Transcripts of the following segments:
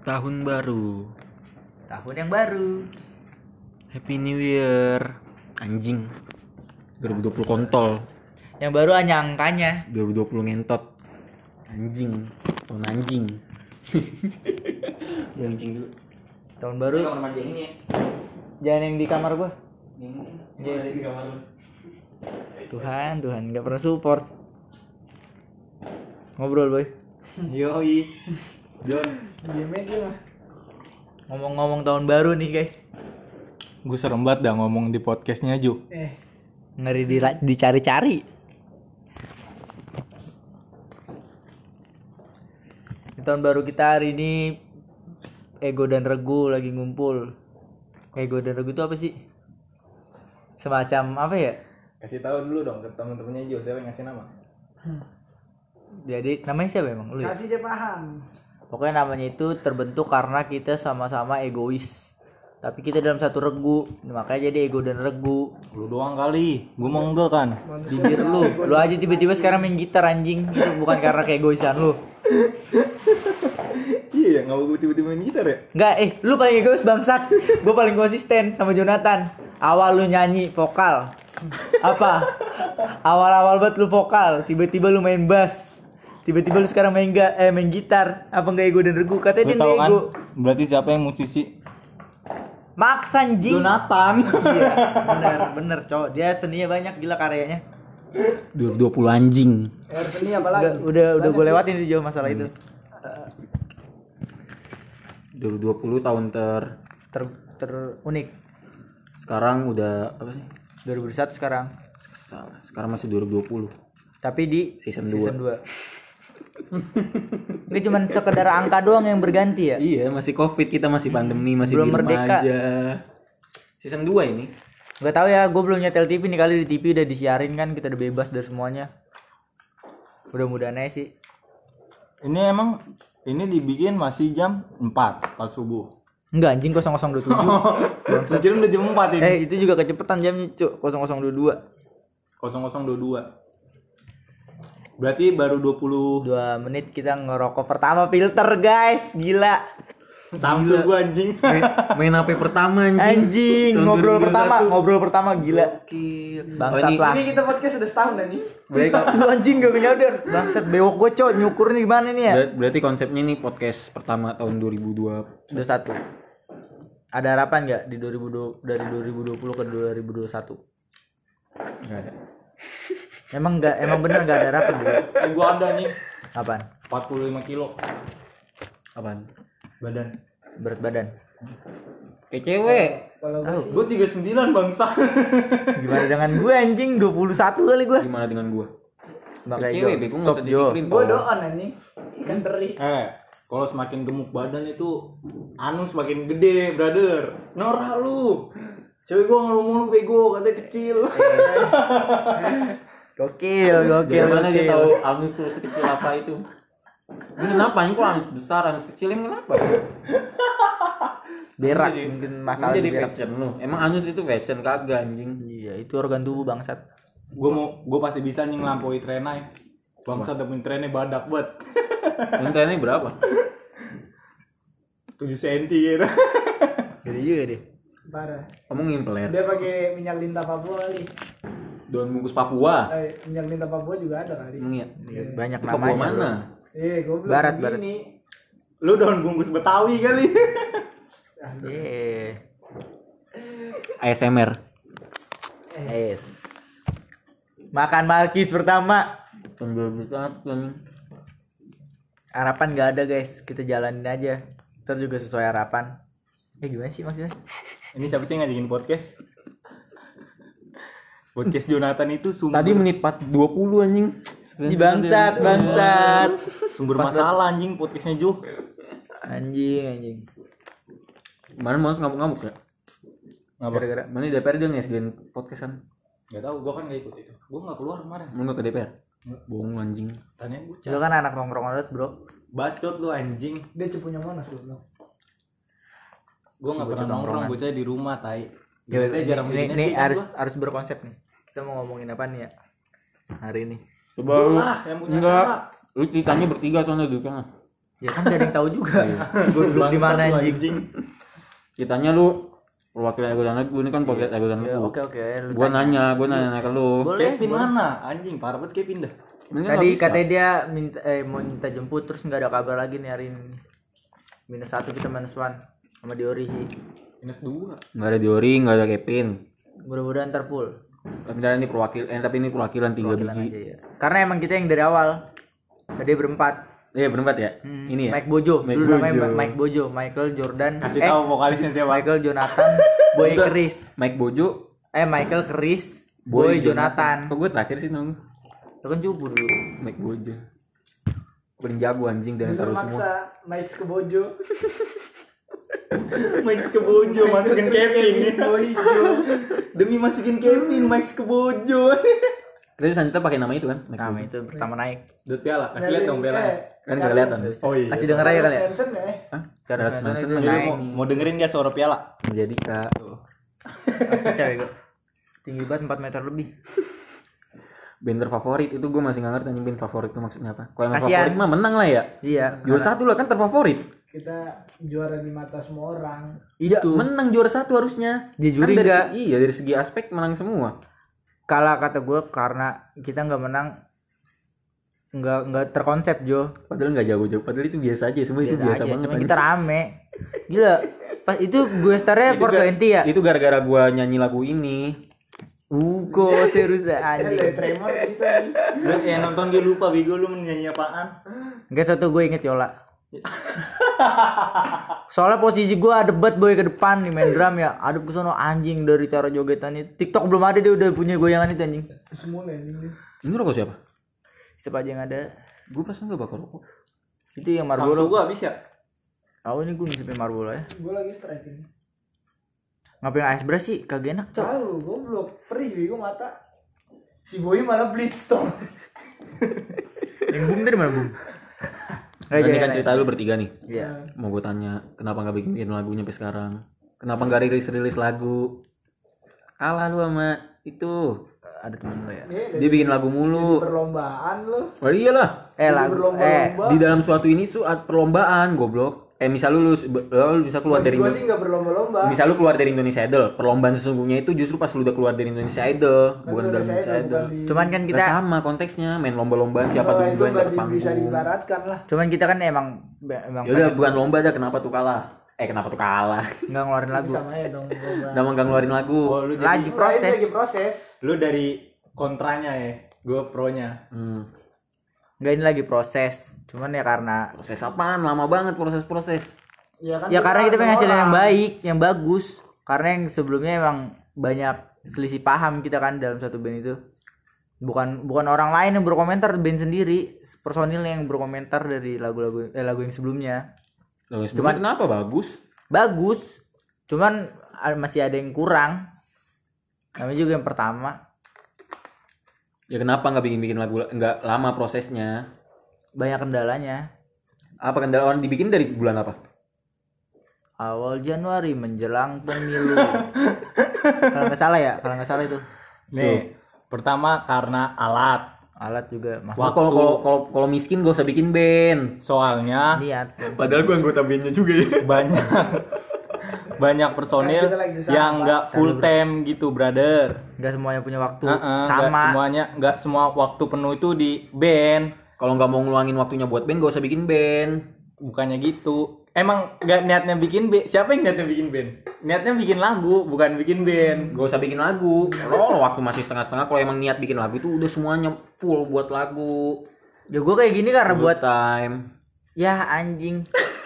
Tahun baru. Tahun yang baru. Happy New Year. Anjing. 2020 kontol. Yang baru hanya angkanya. 2020 ngentot. Anjing. Tahun anjing. Anjing dulu. Tahun baru. Kamar mandi yang ini ya. Jangan yang di kamar gua. Yang ada di kamar lu. Tuhan, nggak pernah support. Ngobrol boy. Yoi. John. Game aja mah. Ngomong-ngomong tahun baru nih guys. Gue serem banget dah ngomong di podcastnya Ju. Ngeri dicari-cari. Di tahun baru kita hari ini Ego dan Regu lagi ngumpul. Ego dan Regu itu apa sih? Semacam apa ya? Kasih tahu dulu dong ke temen-temennya Ju, siapa yang ngasih nama? Jadi namanya siapa emang? Lu ya? Kasih dia paham. Pokoknya namanya itu terbentuk karena kita sama-sama egois. Tapi kita dalam satu regu, makanya jadi Ego dan Regu. Lu doang kali, gue mau enggak kan? Bibir lu aja tiba-tiba sekarang main gitar anjing. Itu bukan karena keegoisan lu. Iya, nggak mau tiba-tiba main gitar ya? Enggak, lu paling egois bangsat. Gue paling konsisten sama Jonathan. Awal lu nyanyi vokal. Apa? Awal-awal banget lu vokal, tiba-tiba lu main bass. Tiba-tiba lu sekarang main gitar. Apa enggak Ego dan Regu? Katanya dia Lu tahu enggak kan? ego. Berarti siapa yang musisi? Max anjing. Jonathan. Iya, bener cowok. Dia seninya banyak gila karyanya. 2020 anjing. Seni apa lagi? Udah gue lewatin sih jauh masalah itu. 2020 tahun Unik. sekarang udah apa sih? 2001 sekarang. Salah. Sekarang masih 2020. Tapi di Season 2. Ini cuma sekedar angka doang yang berganti ya. Iya, masih Covid, kita masih pandemi, masih Belum di rumah merdeka. aja. Season 2 ini. Gak tahu ya, gue belum nyetel TV nih, kali di TV udah disiarin kan, kita udah bebas dari semuanya. Mudah-mudahan aja sih. Ini emang ini dibikin masih jam 4 pas subuh. Enggak anjing 0027. Kira udah jam 4 ini. Itu juga kecepetan jamnya, Cuk. 0022. 0022. Berarti baru 2 menit kita ngerokok pertama filter, guys. Gila. Samsu gua anjing. Main HP pertama anjing. Anjing, Tahun ngobrol pertama gila. Gokil. Bangsat lah. Ini kita podcast udah setahun dah nih. Lu anjing gak nyadar. Bangsat bewok gue, Cok. Nyukur nih gimana nih ya? Berarti konsepnya nih podcast pertama tahun 2020. Udah 1. Ada harapan enggak di 2020 dari 2020 ke 2021? Enggak ada. Emang bener enggak ada harapan gitu. Gua ada nih Apaan? 45 kilo Apaan? badan. Berat badan. Kayak cewek. Kalau gue sih Gua 39 bangsa. Gimana dengan gue anjing 21 kali gue. Gimana dengan gua? Makanya Cewek, Jo, bego enggak stop usah Jo. dipikirin. gue doan anjing. Ikan teri. Kalau semakin gemuk badan itu anu semakin gede, brother. Norak lu. Cewek gua ngomong lu bego, katanya kecil. Gokil. Gimana dia tahu anus tuh sekecil apa itu? Ini kenapa? Ini kok anus besar, anus kecil ini kenapa? Berak Ini mungkin Ini masalah jadi di berak. fashion lu. Emang anus itu fashion kagak anjing? Iya, itu organ tubuh bangsat. Gua pasti bisa nih ngelampaui trennya. Bangsa tapi trennya badak buat Kontennya berapa? 7 cm gitu. Gede juga deh. Parah. Kamu ngimpler. Dia pakai minyak lintah Papua kali. Daun bungkus Papua. Minyak lintah Papua juga ada kali. Emang iya? Banyak Papua namanya. mana? Gue belum Barat. begini. Lu daun bungkus Betawi kali. ASMR. Yes. Makan Malkis pertama. Harapan nggak ada guys, kita jalanin aja. Ntar juga sesuai harapan. Gimana sih maksudnya? Ini siapa sih ngajakin podcast? Podcast Jonathan itu sumber Tadi menit 20 anjing. Di bangsat. sumber masalah anjing podcastnya Ju. Anjing. Mana mau ngamuk-ngamuk ya? Ngapa? Gara-gara Mana di DPR dia nge-SG-in podcast kan? Gak tahu, gua kan gak ikut itu. Gua gak keluar kemarin. Mau nggak ke DPR? Bohong lu, anjing. Tanya gua. itu kan anak nongkrong banget, Bro. Bacot lu anjing. Dia cepunya Monas lu. Gua Si gak bocah pernah nongkrong, tongkrongan. bocah di rumah tai. Ya, Dia jarang bikin ini SG harus berkonsep nih. Kita mau ngomongin apa nih ya? Hari ini. Coba lu. lah yang punya Enggak. acara. Lu ditanya bertiga soalnya duduknya. Ya kan gak ada yang tahu juga. Gue duduk di mana anjing. Kitanya lu perwakilan ego dan lagu ini kan podcast ego dan Ya, lagu. oke. Lu Gua tanya. nanya ke lu. Boleh. Kevin mana? Anjing, parah banget Kevin dah. Mendingan Tadi nggak bisa. katanya dia mau minta jemput terus nggak ada kabar lagi nih hari ini. -1 kita -1 sama Diori sih. -2. Nggak ada Diori, nggak ada Kevin. Mudah-mudahan ntar full. Tapi ini perwakilan 3 Perwakilan biji. aja ya. Karena emang kita yang dari awal. Tadi berempat. Iya berempat ya. Ini ya. Mike Bojo. Mike Dulu namanya Bojo. Mike Bojo, Michael Jordan. Kasih tahu vokalisnya siapa? Michael Jonathan, Boy Chris. Mike Bojo, Michael Chris, Boy Jonathan. Kok gue terakhir sih nong? Lu kan cupu dulu. Mike Bojo. Paling jago anjing dari Bener taruh semua. maksa Mike ke Bojo. Mike ke Bojo masukin Kevin. Bojo. Demi masukin Kevin, Mike ke Bojo. Terus selanjutnya pakai nama itu kan? Mike Nama Bojo. itu pertama naik. Dut piala, kasih lihat dong piala. Kan nggak kelihatan. Oh iya. Kasih denger aja kali ya. Manson ya. Hah? Cara Charles Manson itu menang. naik. Mau dengerin gak suara piala? Menjadi kak. Cewek gue. Tinggi banget 4 meter lebih. Band terfavorit itu gue masih nggak ngerti anjing band favorit itu maksudnya apa. Kalau yang Kasian. favorit mah menang lah ya. Iya. Juara 1 lah kan terfavorit. Kita juara di mata semua orang. Iya, Itu. menang juara 1 harusnya. Di juri Kan dari nggak? Iya, dari segi aspek menang semua. Kalah kata gue karena kita nggak menang. Nggak terkonsep Jo. Padahal nggak jauh-jauh. Padahal itu biasa aja. Semua itu biasa aja, banget. cuma kita rame. Gila. Pas itu gue starnya Itu 420 ya. Itu gara-gara gue nyanyi lagu ini. Kok terus Kita anjing. dari tremor di situ nih. Lu yang nonton dia lupa bego lu menyanyi apaan? Enggak, satu gue inget Yola. Soalnya posisi gue ada bet boy ke depan nih main drum ya. Adep ke sono anjing dari cara jogetannya. TikTok belum ada dia udah punya goyangan itu anjing. Semua ini. Ini rokok siapa? Siapa aja yang ada. Gue perasaan gak bakal rokok. Itu yang Samsu Marlboro. gua habis ya? Tahu ini gue ngisipin Marlboro ya. Gue lagi striking. Ngapain ice brush sih? Kagak enak, Cok. Tahu, goblok. Perih bego mata. Si Boy malah blitz dong. Yang boom dari mana boom? Nah, ini kan cerita lu bertiga nih. Iya. Mau gue tanya, kenapa gak bikin lagunya sampai sekarang? Kenapa gak rilis lagu? Kalah lu sama itu. Ada temen lo ya. Dia bikin lagu mulu. Perlombaan lo. Oh iyalah. Lagu berlomba-lomba. Di dalam suatu ini perlombaan, goblok. Misal lu bisa keluar dari Gue sih nggak berlomba-lomba. misal lu keluar dari Indonesia Idol, perlombaan sesungguhnya itu justru pas lu udah keluar dari Indonesia Idol, bukan dalam Indonesia Idol. Cuman kan Kita kita sama konteksnya, main lomba-lombaan siapa Itu duluan nggak dari panggung. bisa diibaratkan lah. cuman kita kan emang Ya udah bukan lomba dah, kenapa tuh kalah? Kenapa tuh kalah? nggak ngeluarin lagu. Sama ya dong. Udah gak ngeluarin lagu. Oh, lu Lagi jadi proses. Lagi proses. lu dari kontranya ya, gua pronya. Nggak, ini lagi proses. Cuman ya karena Proses apaan? Lama banget proses-proses. Kan ya karena kita pengen hasilin yang orang. baik, yang bagus. Karena yang sebelumnya emang banyak selisih paham kita kan dalam satu band itu. Bukan orang lain yang berkomentar, band sendiri, personil yang berkomentar dari lagu yang sebelumnya. Lagu sebelumnya kenapa bagus? Bagus. Cuman masih ada yang kurang. Namanya juga yang pertama. Ya kenapa nggak bikin lagu nggak lama prosesnya? Banyak kendalanya. Apa kendala orang dibikin dari bulan apa? Awal Januari menjelang pemilu. Kalau nggak salah itu. Nih, pertama karena Alat juga masuk. Wah, kalau miskin gak usah bikin band. soalnya Niat. Padahal gua anggota bandnya juga ya. banyak personil Kita lagi sama, yang nggak full time gitu, brother. Nggak semuanya punya waktu Nggak sama. nggak semua waktu penuh itu di band. Kalau nggak mau ngeluangin waktunya buat band, gak usah bikin band. Bukannya gitu. Emang nggak niatnya bikin band? Siapa yang niatnya bikin band? Niatnya bikin lagu, bukan bikin band. Gak usah bikin lagu. Kalau waktu masih setengah-setengah, kalau emang niat bikin lagu itu udah semuanya full buat lagu. Ya gue kayak gini karena buat time. ya anjing.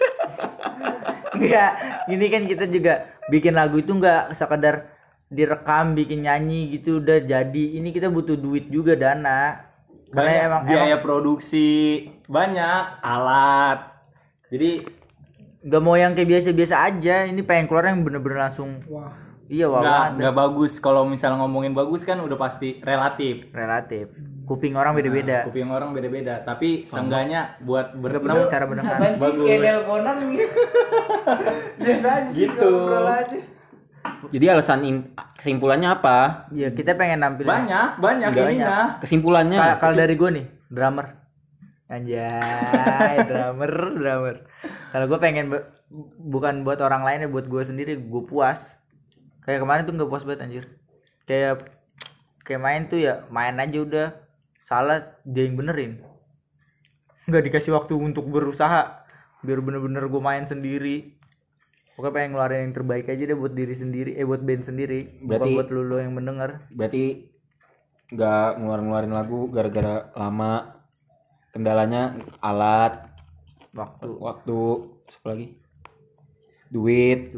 Enggak, ini kan kita juga bikin lagu itu enggak sekedar direkam, bikin nyanyi gitu udah jadi. Ini kita butuh duit juga, dana. Karena Banyak emang biaya produksi, banyak alat. Jadi nggak mau yang kayak biasa-biasa aja. Ini pengen keluar yang bener-bener langsung. Wah. Iya, wah. nggak bagus. Kalau misalnya ngomongin bagus kan udah pasti relatif. Relatif. Kuping orang beda-beda. Kuping orang beda-beda. Tapi seenggaknya buat Bener bertemu cara beneran. Apaan sih Bagus. kayak teleponan gitu. Biasa aja sih, Gitu. ngobrol aja. Jadi kesimpulannya apa? Ya kita pengen nampilin. banyak Banyak. ininya. Kesimpulannya Kalau dari gue nih, drummer. Anjay, drummer. Kalau gue pengen bukan buat orang lain ya, buat gue sendiri, gue puas. Kayak kemarin tuh nggak puas banget anjir. Kayak main tuh ya main aja udah, salah dia yang benerin. Nggak dikasih waktu untuk berusaha biar bener-bener gue main sendiri. Pokoknya pengen ngeluarin yang terbaik aja deh buat diri sendiri, buat band sendiri. Berarti- bukan buat lu yang mendengar. Berarti nggak ngeluarin lagu gara-gara lama. Kendalanya alat, waktu, apa lagi? Duit.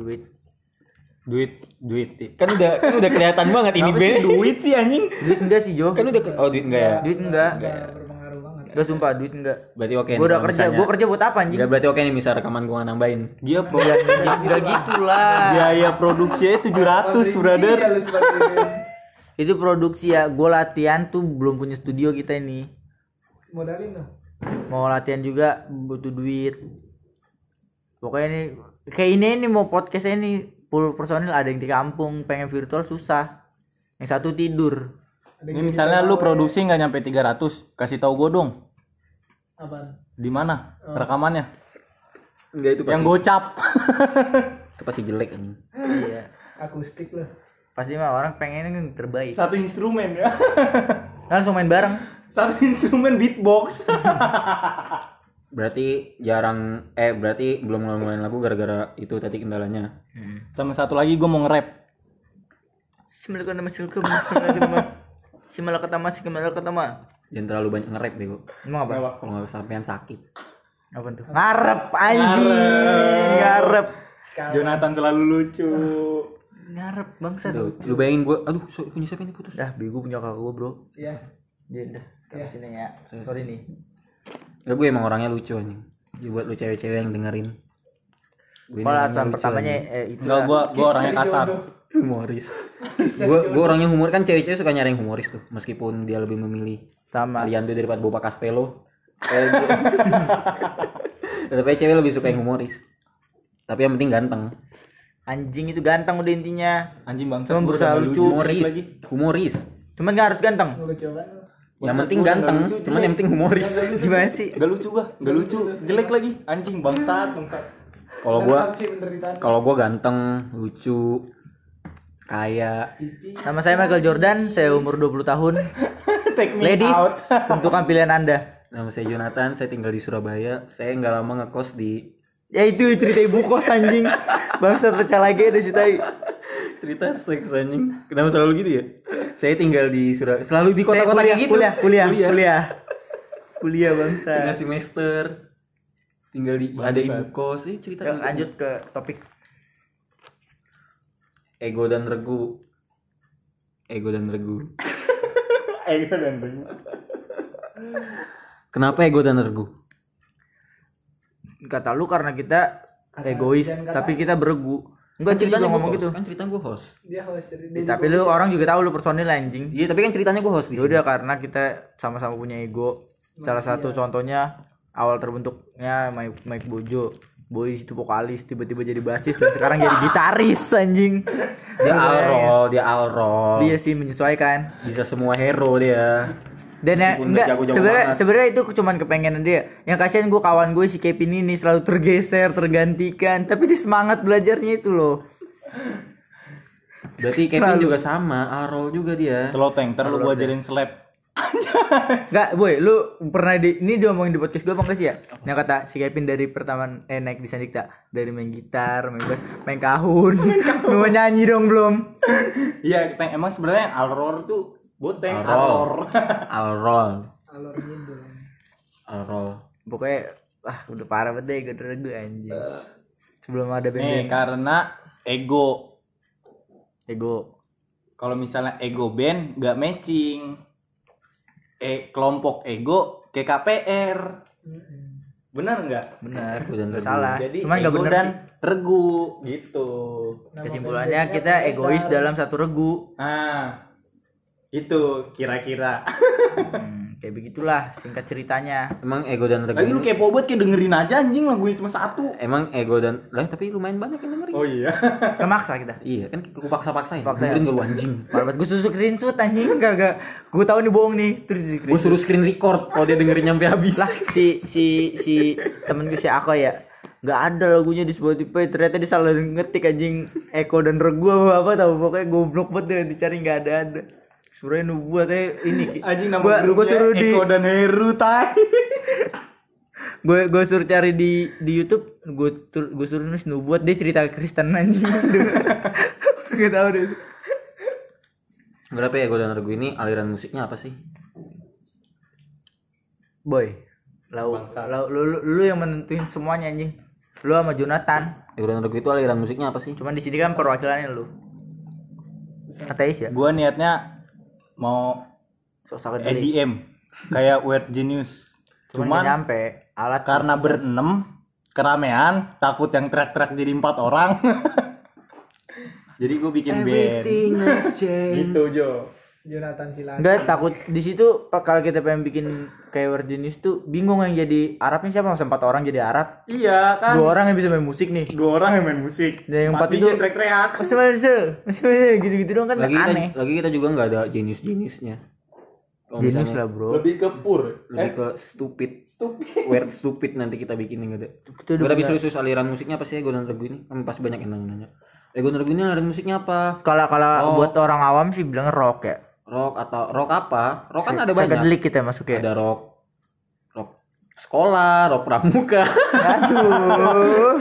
Kan udah kelihatan banget ini band. Duit sih anjing. Duit enggak sih Jo? Kan udah duit enggak ya? Duit enggak. Berpengaruh banget. Udah sumpah duit enggak. Berarti oke. Gue udah kalau kerja, misalnya- gue kerja buat apa anjing? Enggak, berarti oke nih misal rekaman gua nggak nambahin. Dia Enggak gitu lah. biaya produksinya 700, brother. Kontribusi ya lu sebagai band. Itu produksi ya, gue latihan tuh belum punya studio kita ini. Modalin dong. Mau latihan juga butuh duit. Pokoknya ini kayak ini mau podcast ini full personil, ada yang di kampung, pengen virtual susah. Yang satu tidur. Ini misalnya lu produksi nggak nyampe 300, kasih tahu gue dong. Apaan? Di mana rekamannya? Enggak, itu Yang gocap. itu pasti jelek anjing. Iya. Akustik lah. Pasti mah orang pengen yang terbaik. Satu instrumen ya. Langsung main bareng. Satu instrumen beatbox. Berarti berarti belum ngeluarin lagu gara-gara itu tadi kendalanya. Sama satu lagi gue mau nge-rap. Simalakatama. Jangan terlalu banyak nge-rap bego. Emang apa? Kalau nggak kesampean sakit. Apa tuh? Ngarep anjing. Ngarep. Jonathan selalu lucu. Ngarep bangsa. Aduh, lu bayangin gua, aduh, punya siapa ini putus? Dah bego punya kakak gue, Bro. Iya. Dia udah. Terus sini ya. Sorry nih. Enggak, gue emang orangnya lucu anjing. Ya, buat lu cewek-cewek yang dengerin. Gue ini Kalau orangnya alasan lucu, pertamanya anjing. itu Enggak, gua orangnya kasar. Humoris. Gua orangnya humor, kan cewek-cewek suka nyari yang humoris tuh, meskipun dia lebih memilih sama. Aliando daripada Boba Castello. Tapi cewek lebih suka yang humoris. Tapi yang penting ganteng. Anjing itu ganteng udah intinya. Anjing bangsa. Cuman berusaha lucu. Humoris. Cuman gak harus ganteng. Ngelucu banget. Yang penting ganteng, cuman yang penting humoris. Gimana sih? Gak lucu gua, gak lucu. Jelek lagi. Anjing bangsat. Kalau gua ganteng, lucu, kaya. Nama saya Michael Jordan, saya umur 20 tahun. Ladies, tentukan pilihan Anda. Nama saya Jonathan, saya tinggal di Surabaya. Saya nggak lama ngekos di. Ya itu cerita ibu kos anjing. Bangsat pecah lagi ada si tai. Cerita seks anjing. Kenapa selalu gitu ya? Saya tinggal di Surabaya. Selalu di Saya kota-kota kayak gitu. Kuliah bangsa. Tengah semester. Tinggal di ada ibu kos. Cerita Yuk, gitu. lanjut ke topik. Ego dan regu. Ego dan regu. Kenapa ego dan regu? Kata lu karena kita egois, tapi kita beregu. Enggak, cerita juga ngomong gitu. Kan cerita gue host. Dia host jadi Ya, tapi lu orang juga tahu lu personil anjing. Iya, tapi kan ceritanya gue host. Ya udah karena kita sama-sama punya ego. Salah satu contohnya awal terbentuknya Mike Bojo. Boy di situ vokalis, tiba-tiba jadi basis dan sekarang jadi gitaris anjing. Dia all roll. Dia sih menyesuaikan. Bisa semua hero dia. Dan ya Meskipun enggak jago-jago sebenarnya banget. sebenarnya itu cuman kepengenan dia. Yang kasihan gue kawan gue si Kevin ini selalu tergeser, tergantikan, tapi dia semangat belajarnya itu loh. Berarti Kevin juga sama, all roll juga dia. Slow tank, ntar lu gua ajarin slap. Enggak, boy, lu pernah ini diomongin di podcast gue apa enggak sih ya? Yang kata si Kevin dari pertama naik di Sandikta, dari main gitar, main bass, main kahun, mau nyanyi dong belum? Iya, tank emang sebenarnya Alror tuh boteng All roll. alurnya itu. All roll. Pokoknya udah parah banget deh gue anjing. Sebelum ada Nih, band karena ego. ego. Kalau misalnya ego band gak matching. Kelompok ego ke KPR. Benar nggak? Benar, Ego dan nggak regu. salah. Jadi Cuman nggak ego benar dan sih. regu gitu. Kesimpulannya kita egois dalam satu regu. Nah, itu kira-kira. Kayak begitulah singkat ceritanya. Emang Ego dan Regu Lagi lu ini kepo banget kayak dengerin aja anjing lagunya cuma satu. emang Ego dan lah tapi lumayan banyak yang dengerin. Oh iya. Kemaksa kita. Iya kan aku paksa-paksain. Paksa Dengerin ya? gak lu anjing. Parah banget. Gue suruh screenshot anjing kagak. Gue tahu nih bohong nih. Terus di Gue suruh screen record kalau dia dengerin nyampe habis. lah si temen gue si Ako ya. Nggak ada lagunya di Spotify. Ternyata dia salah ngetik anjing Eko dan Regu apa tahu pokoknya goblok banget deh dicari nggak ada. Sebenarnya nubuatnya ini. Anjing nama Gua grupnya suruh di Eko dan Heru tai. gue suruh cari di YouTube. Gue suruh nulis nubuat dia cerita Kristen anjing. Gak tahu deh. Berapa ya Ego dan Regu ini aliran musiknya apa sih? Boy, lu yang menentuin semuanya anjing. Lu sama Jonathan. Ego dan Regu itu aliran musiknya apa sih? Cuman di sini kan perwakilannya lu. Ateis ya? Gua niatnya mau Sosok dari. EDM kayak Weird Genius. Cuman Cuman nyampe alat karena berenam keramaian takut yang teriak-teriak jadi 4 orang. Jadi gue bikin band. Gitu Jo. Jonathan Silani. enggak takut di situ kalau kita pengen bikin kayak Wardinis tuh bingung yang jadi Arabnya siapa masa 4 orang jadi Arab. Iya kan. 2 orang yang bisa main musik nih. 2 orang yang main musik. Dan yang 4 Matinya itu teriak-teriak. masih gitu-gitu doang kan aneh. Lagi kita juga nggak ada jenis-jenisnya. Kalau Jenis misalnya lah bro. Lebih ke pur. lebih ke stupid. Stupid. Weird stupid nanti kita bikin nggak ada. Itu Gak ada bisa aliran musiknya apa sih Ego dan Regu ini? Kan pasti banyak yang nanya. Ego dan Regu ini aliran musiknya apa? Kalau buat orang awam sih bilang rock ya. Rock atau rock apa? Rock kan ada banyak. Psychedelic kita masuk ya. Ada rock sekolah, rock pramuka. Aduh.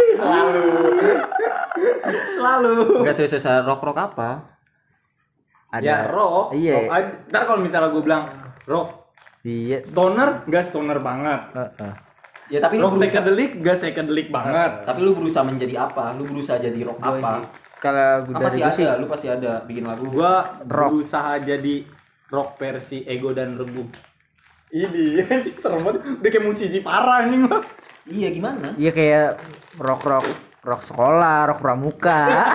Selalu. Enggak serius rock apa? Ada. Ya rock. Iya. Rock aja. Ntar kalau misalnya gue bilang rock Iya. stoner, gak stoner banget. Ya tapi lu Rock berusaha, psychedelic, gak psychedelic banget. tapi lu berusaha menjadi apa? Lu berusaha jadi rock apa? Kalau gue Apa dari sih gue sih ada? Lu pasti ada bikin lagu. Gua Rock. berusaha jadi rock versi Ego dan Regu. Ini anjing serem banget. Udah kayak musisi parah anjing lo. Iya gimana? iya kayak rock sekolah, rock pramuka.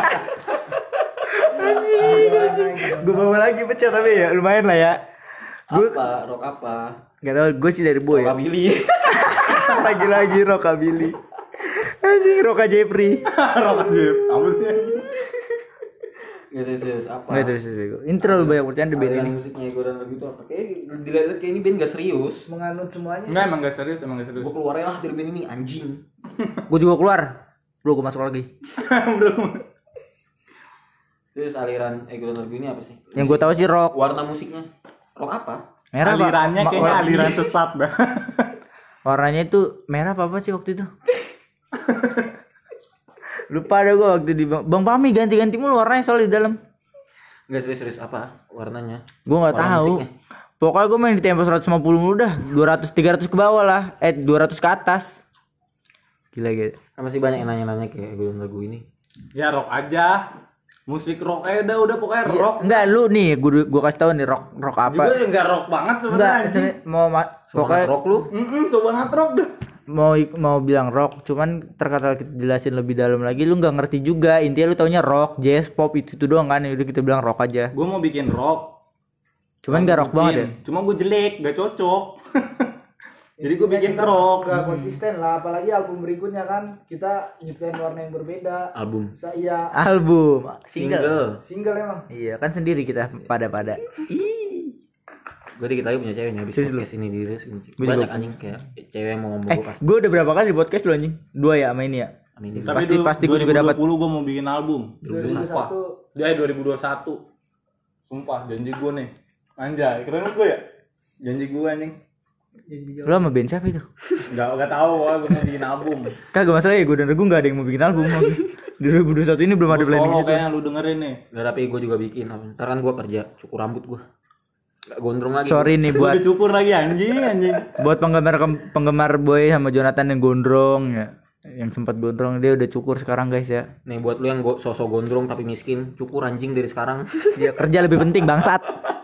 Gue bawa lagi pecah tapi ya lumayan lah ya. Gue Apa? Rock apa? gak tau gue sih dari boy ya. Rockabilly. Lagi-lagi rockabilly. Anjing Roka Jeffrey. Rock aja. Apa sih anjing? Nggak serius apa? Enggak serius bego. Ini terlalu banyak bercanda band Aliran ini. musiknya Ego dan Regu itu apa? Kayak dilihat kayak ini band gak serius. Menganut semuanya. Enggak emang gak serius, emang gak serius. Gue keluarin lah dari band ini anjing. Gue juga keluar. Bro, gue masuk lagi. Terus aliran Ego dan Regu ini apa sih? Yang gue tahu sih rock. Warna musiknya rock apa? Merah Pak. Alirannya kayaknya aliran sesat dah. Warnanya itu merah apa sih waktu itu? Lupa ada gue waktu di Bang Pami ganti-ganti mulu warnanya soalnya di dalam. Enggak serius apa warnanya? Gue nggak Warna tahu. musiknya. Pokoknya gue main di tempo 150 mulu dah. 200 300 ke bawah lah. 200 ke atas. Gila gitu. Kan masih banyak yang nanya-nanya kayak Ego dan Regu ini. Ya rock aja. Musik rock aja udah pokoknya rock. Enggak lu nih, gue kasih tahu nih rock apa? Juga enggak rock banget Enggak, sebenarnya. anjing. pokoknya Semangat rock lu. So banget rock dah. mau bilang rock, cuman terkata kita jelasin lebih dalam lagi lu nggak ngerti juga. Intinya lu taunya rock, jazz, pop itu doang kan. Udah kita bilang rock aja. Gue mau bikin rock. Cuman nggak rock banget ya. Cuma gue jelek, gak cocok. Jadi gue bikin rock. Gak konsisten lah, apalagi album berikutnya kan kita nyiptain warna yang berbeda. Album. Saya Album, single. single emang. Iya kan sendiri kita pada. Gue dikit lagi punya cewek nih habis Serius podcast ini dirilis. Gua Banyak juga. anjing kayak cewek yang mau ngomong gue pasti. Gue udah berapa kali di podcast lu anjing? 2 ya sama ini ya. Amin. Tapi Pasti gua juga dapat. 2020 gue mau bikin album. 2021 Dia 2021. Sumpah janji gue nih. Anjay, keren gue ya? Janji gue anjing. Lu sama band siapa itu? Enggak tahu, gue mau bikin album. Kagak masalah ya, gue dan Regu gak ada yang mau bikin album lagi. Di 2021 ini belum ada Gua planning solo situ. kayaknya lu dengerin nih. Nggak, tapi gue juga bikin. Ntar kan gue kerja cukur rambut gue. Gak gondrong lagi. Sorry nih Gua buat udah cukur lagi anjing. buat penggemar Boy sama Jonathan yang gondrong ya. Yang sempat gondrong dia udah cukur sekarang guys ya. Nih buat lu yang sosok gondrong tapi miskin, cukur anjing dari sekarang. Ya kerja lebih penting bangsat.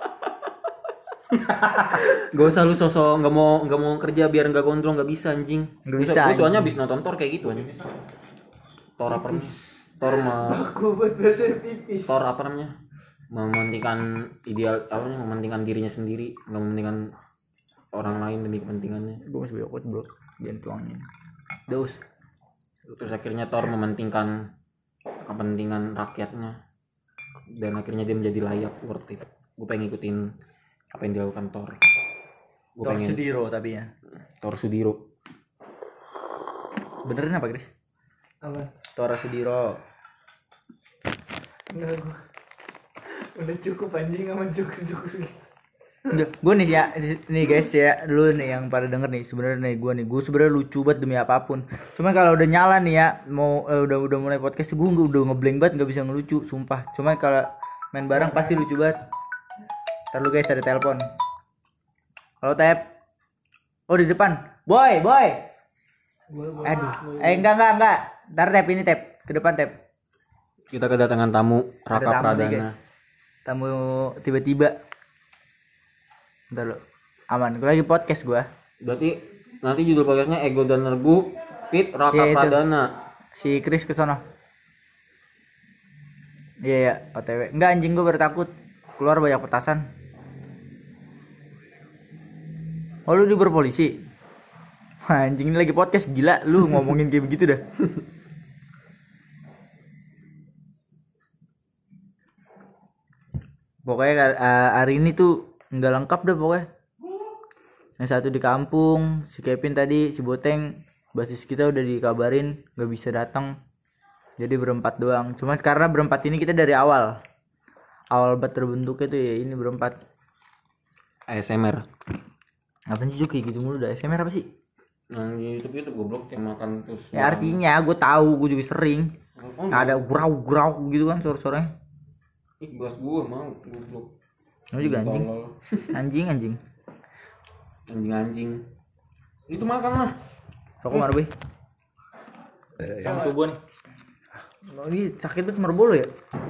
Gak usah lu sosok nggak mau kerja biar nggak gondrong, nggak bisa anjing. Nggak bisa, Gue soalnya anjing. habis nonton Thor kayak gitu anjing. Thor apa namanya? Thor aku buat bahasa pipis. Thor apa namanya? mementingkan ideal apa namanya, mementingkan dirinya sendiri, nggak mementingkan orang lain demi kepentingannya. Gue masih banyak bro, jangan tuangin. Dos. Terus akhirnya Thor mementingkan kepentingan rakyatnya dan akhirnya dia menjadi layak, worth it. Gue pengen ngikutin apa yang dilakukan Thor. Gue Thor pengen Sudiro tapi ya. Thor Sudiro. Beneran apa, Chris? Apa? Thor Sudiro. Enggak gua. Udah cukup anjing sama jokes-jokes gitu. Enggak, gue nih ya, nih guys ya, lu nih yang pada denger nih, sebenarnya nih gue sebenarnya lucu banget demi apapun. Cuma kalau udah nyala nih ya, mau udah mulai podcast gue udah ngeblank banget, nggak bisa ngelucu, sumpah. Cuma kalau main bareng pasti lucu banget. Ntar lu guys ada telepon. Halo Tep. Oh di depan, boy. Aduh, enggak. Ntar Tep ini Tep, ke depan Tep. Kita kedatangan tamu Ada Raka tamu nih, Pradana. guys. Tamu tiba-tiba. Bentar lu. Aman, gue lagi podcast gue. Berarti nanti judul podcastnya Ego dan Regu Fit Raka Iya, itu. Pradana. Si Chris kesono. Iya, OTW. Enggak anjing gue bertakut. Keluar banyak petasan. Oh lu di berpolisi? Wah, anjing ini lagi podcast gila. Lu ngomongin kayak begitu dah. Pokoknya hari ini tuh nggak lengkap dah pokoknya. Yang satu di kampung, si Kevin tadi, si Boteng, basis kita udah dikabarin nggak bisa datang. Jadi berempat doang. Cuma karena berempat ini kita dari awal bat terbentuknya tuh ya ini berempat. ASMR. Apaan sih Juki gitu mulu dah? SMR apa sih? Yang di YouTube itu goblok yang makan terus. Ya artinya gue tahu, gue juga sering. Oh, Ada grau gitu kan suara-suaranya. Ih, bahas gua mau goblok. Lu juga anjing. Tolol. Anjing. Anjing. Itu makan lah. Rokok mana, Boy? Sama subuh nih. Oh, ini sakit banget merbolo ya?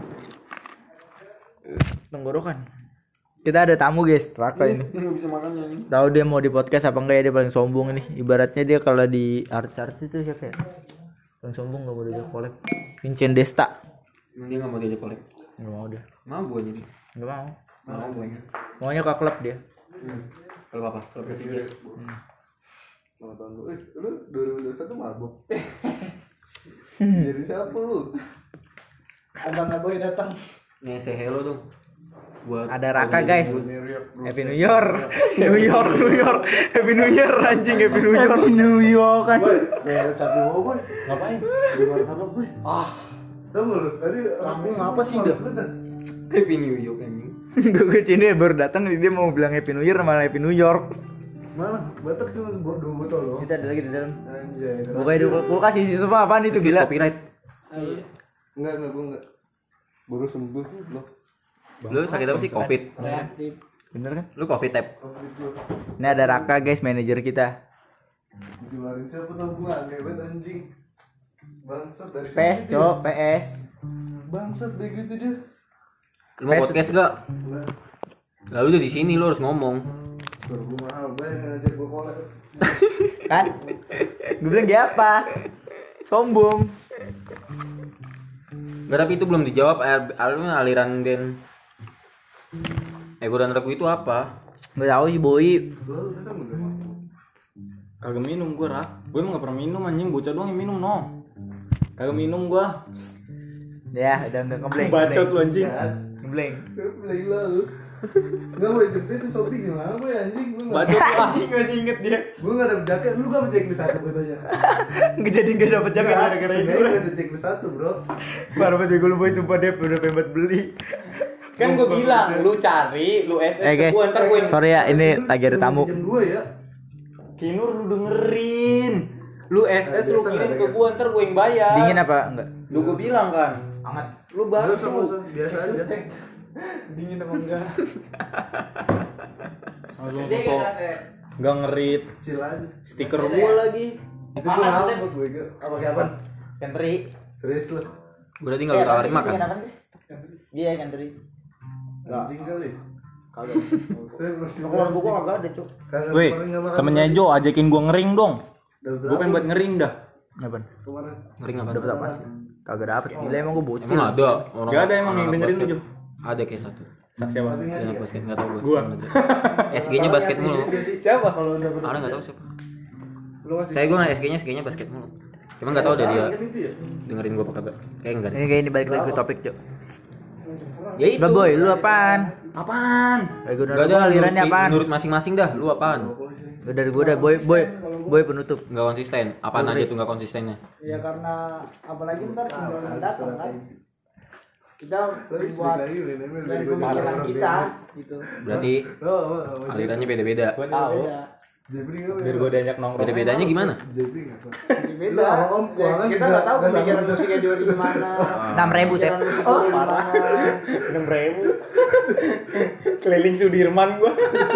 Tenggorokan. Kita ada tamu guys, Raka ini. Enggak bisa makannya anjing. Tahu dia mau di podcast apa enggak ya, dia paling sombong ini. Ibaratnya dia kalau di artis-artis itu siapa ya? Paling sombong enggak mau diajak collab. Vincent Desta. Dia enggak mau diajak kolek. Enggak mau dia. Mau gua jadi. Enggak mau. Mau gua ini. Maunya ke klub dia. Kalau apa? Kalau presiden. Mau tahun lu 2021 mabuk. Jadi siapa lu? Abang Aboy datang. Nih say hello dong. Buat Ada Raka guys. New York, bro. Happy New Year. New York. Happy New Year anjing, Happy New Year. Happy New York kan. Boy, kayak capek mau boy. Ngapain? Gimana tangkap boy? Tahu nggak lu? Tadi Rame ngapa sih, dah? Happy New York anjing. Gue ini baru datang dia mau bilang Happy New Year malah Happy New York. Mana? Batak cuma 2 botol loh. Kita ada lagi di dalam. Anjay. Pokoknya di kulkas isi semua apaan itu Terus gila. copyright. Enggak, gua enggak. Baru sembuh loh. Lu sakit apa sih? Covid. Bener kan? Lu Covid tap. Covid lu. Ini ada Raka guys, manajer kita. Dikeluarin siapa tau gua aneh banget anjing. Bangsat dari PS, sini Cok, PS. dia. Bangsat deh gitu dia. Lu mau podcast gak? Enggak. Lalu udah di sini lu harus ngomong. Suruh gua mahal banget ngajak gua kolek. Kan? Gue bilang dia apa? Sombong. Enggak, tapi itu belum dijawab. Aliran band Ego dan Regu itu apa? Gak tahu sih Boy. Lu udah kan udah. Kagak minum gua, Rak. Gue emang gak pernah minum anjing, bocah doang yang minum, no. Kagak minum gua. Ya, udah ngebleng. Bacot lu anjing. Ngebleng. Play lu. Enggak boleh jemput itu Shopee gimana gue anjing gua enggak. Bacot lu ah. Anjing masih inget dia. Gua enggak dapet jaket, lu gak cek di satu katanya. Nggak jadi nggak dapet jaket gara-gara itu. Enggak bisa cek di satu, Bro. Parah banget gue lu Boy, sumpah dia udah pengen banget beli. Kan gue bilang, lu cari, lu SS Guys, ke gua, ntar gue sorry ya, ini lagi ada tamu. Jam 2 ya. Kinur lu dengerin. Lu SS lu biasa kirim nggak ke ada. gua, ntar gue yang bayar. Dingin apa enggak? Lu gue bilang kan. Hangat. Lu baru Biasa aja. dingin apa enggak? Langsung sosok enggak ngerit. Chill aja. Stiker gua lagi. Itu gua ngambek gue. Apa kayak apa? Kentri. Serius lu. Gue tadi enggak ditawarin makan. Iya Kentri. Anjing kali. Kagak. Saya masih Keluar gua kagak ada, Cuk. Kagak Woi, kemarin nggak makan. temennya Jo ajakin gua ngering dong. Dapat Gua pengen buat ngering dah. Apaan? kemarin. Ngering apa? Dapet apaan sih? Kagak dapet. Gila emang gua bocil. Emang ada orang. Gak ada emang orang yang dengerin lu basket. Jo. Ada kayak satu. Siapa? Tapi nggak sih Anak ya? basket enggak tahu gue. Gua. SG-nya basket mulu. Siapa? Kalau udah Ah, enggak tahu siapa. Lu ngasih. Kayak gue nggak SG-nya basket mulu. Cuma enggak tahu deh dia Kan itu ya. dengerin gue apa kagak. Kayak enggak deh. Ini kayak ini balik lagi ke topik, Cok. Ya itu. Udah boy, lu apaan? Apaan? Lagi udah Enggak ada alirannya apaan? menurut masing-masing dah. Lu apaan? Udah dari gua udah boy penutup. Enggak konsisten. Apaan aja tuh enggak konsistennya? Ya karena apalagi ntar single mendatang kan. Kita buat dari pemikiran kita gitu. Berarti alirannya beda-beda. Gua tahu. Biar gua diajak nongkrong. Beda-bedanya gimana? Beda. Kita nggak tahu pemikiran musiknya dia di mana. 6.000 tep. Oh, parah. 6.000. Keliling Sudirman gua.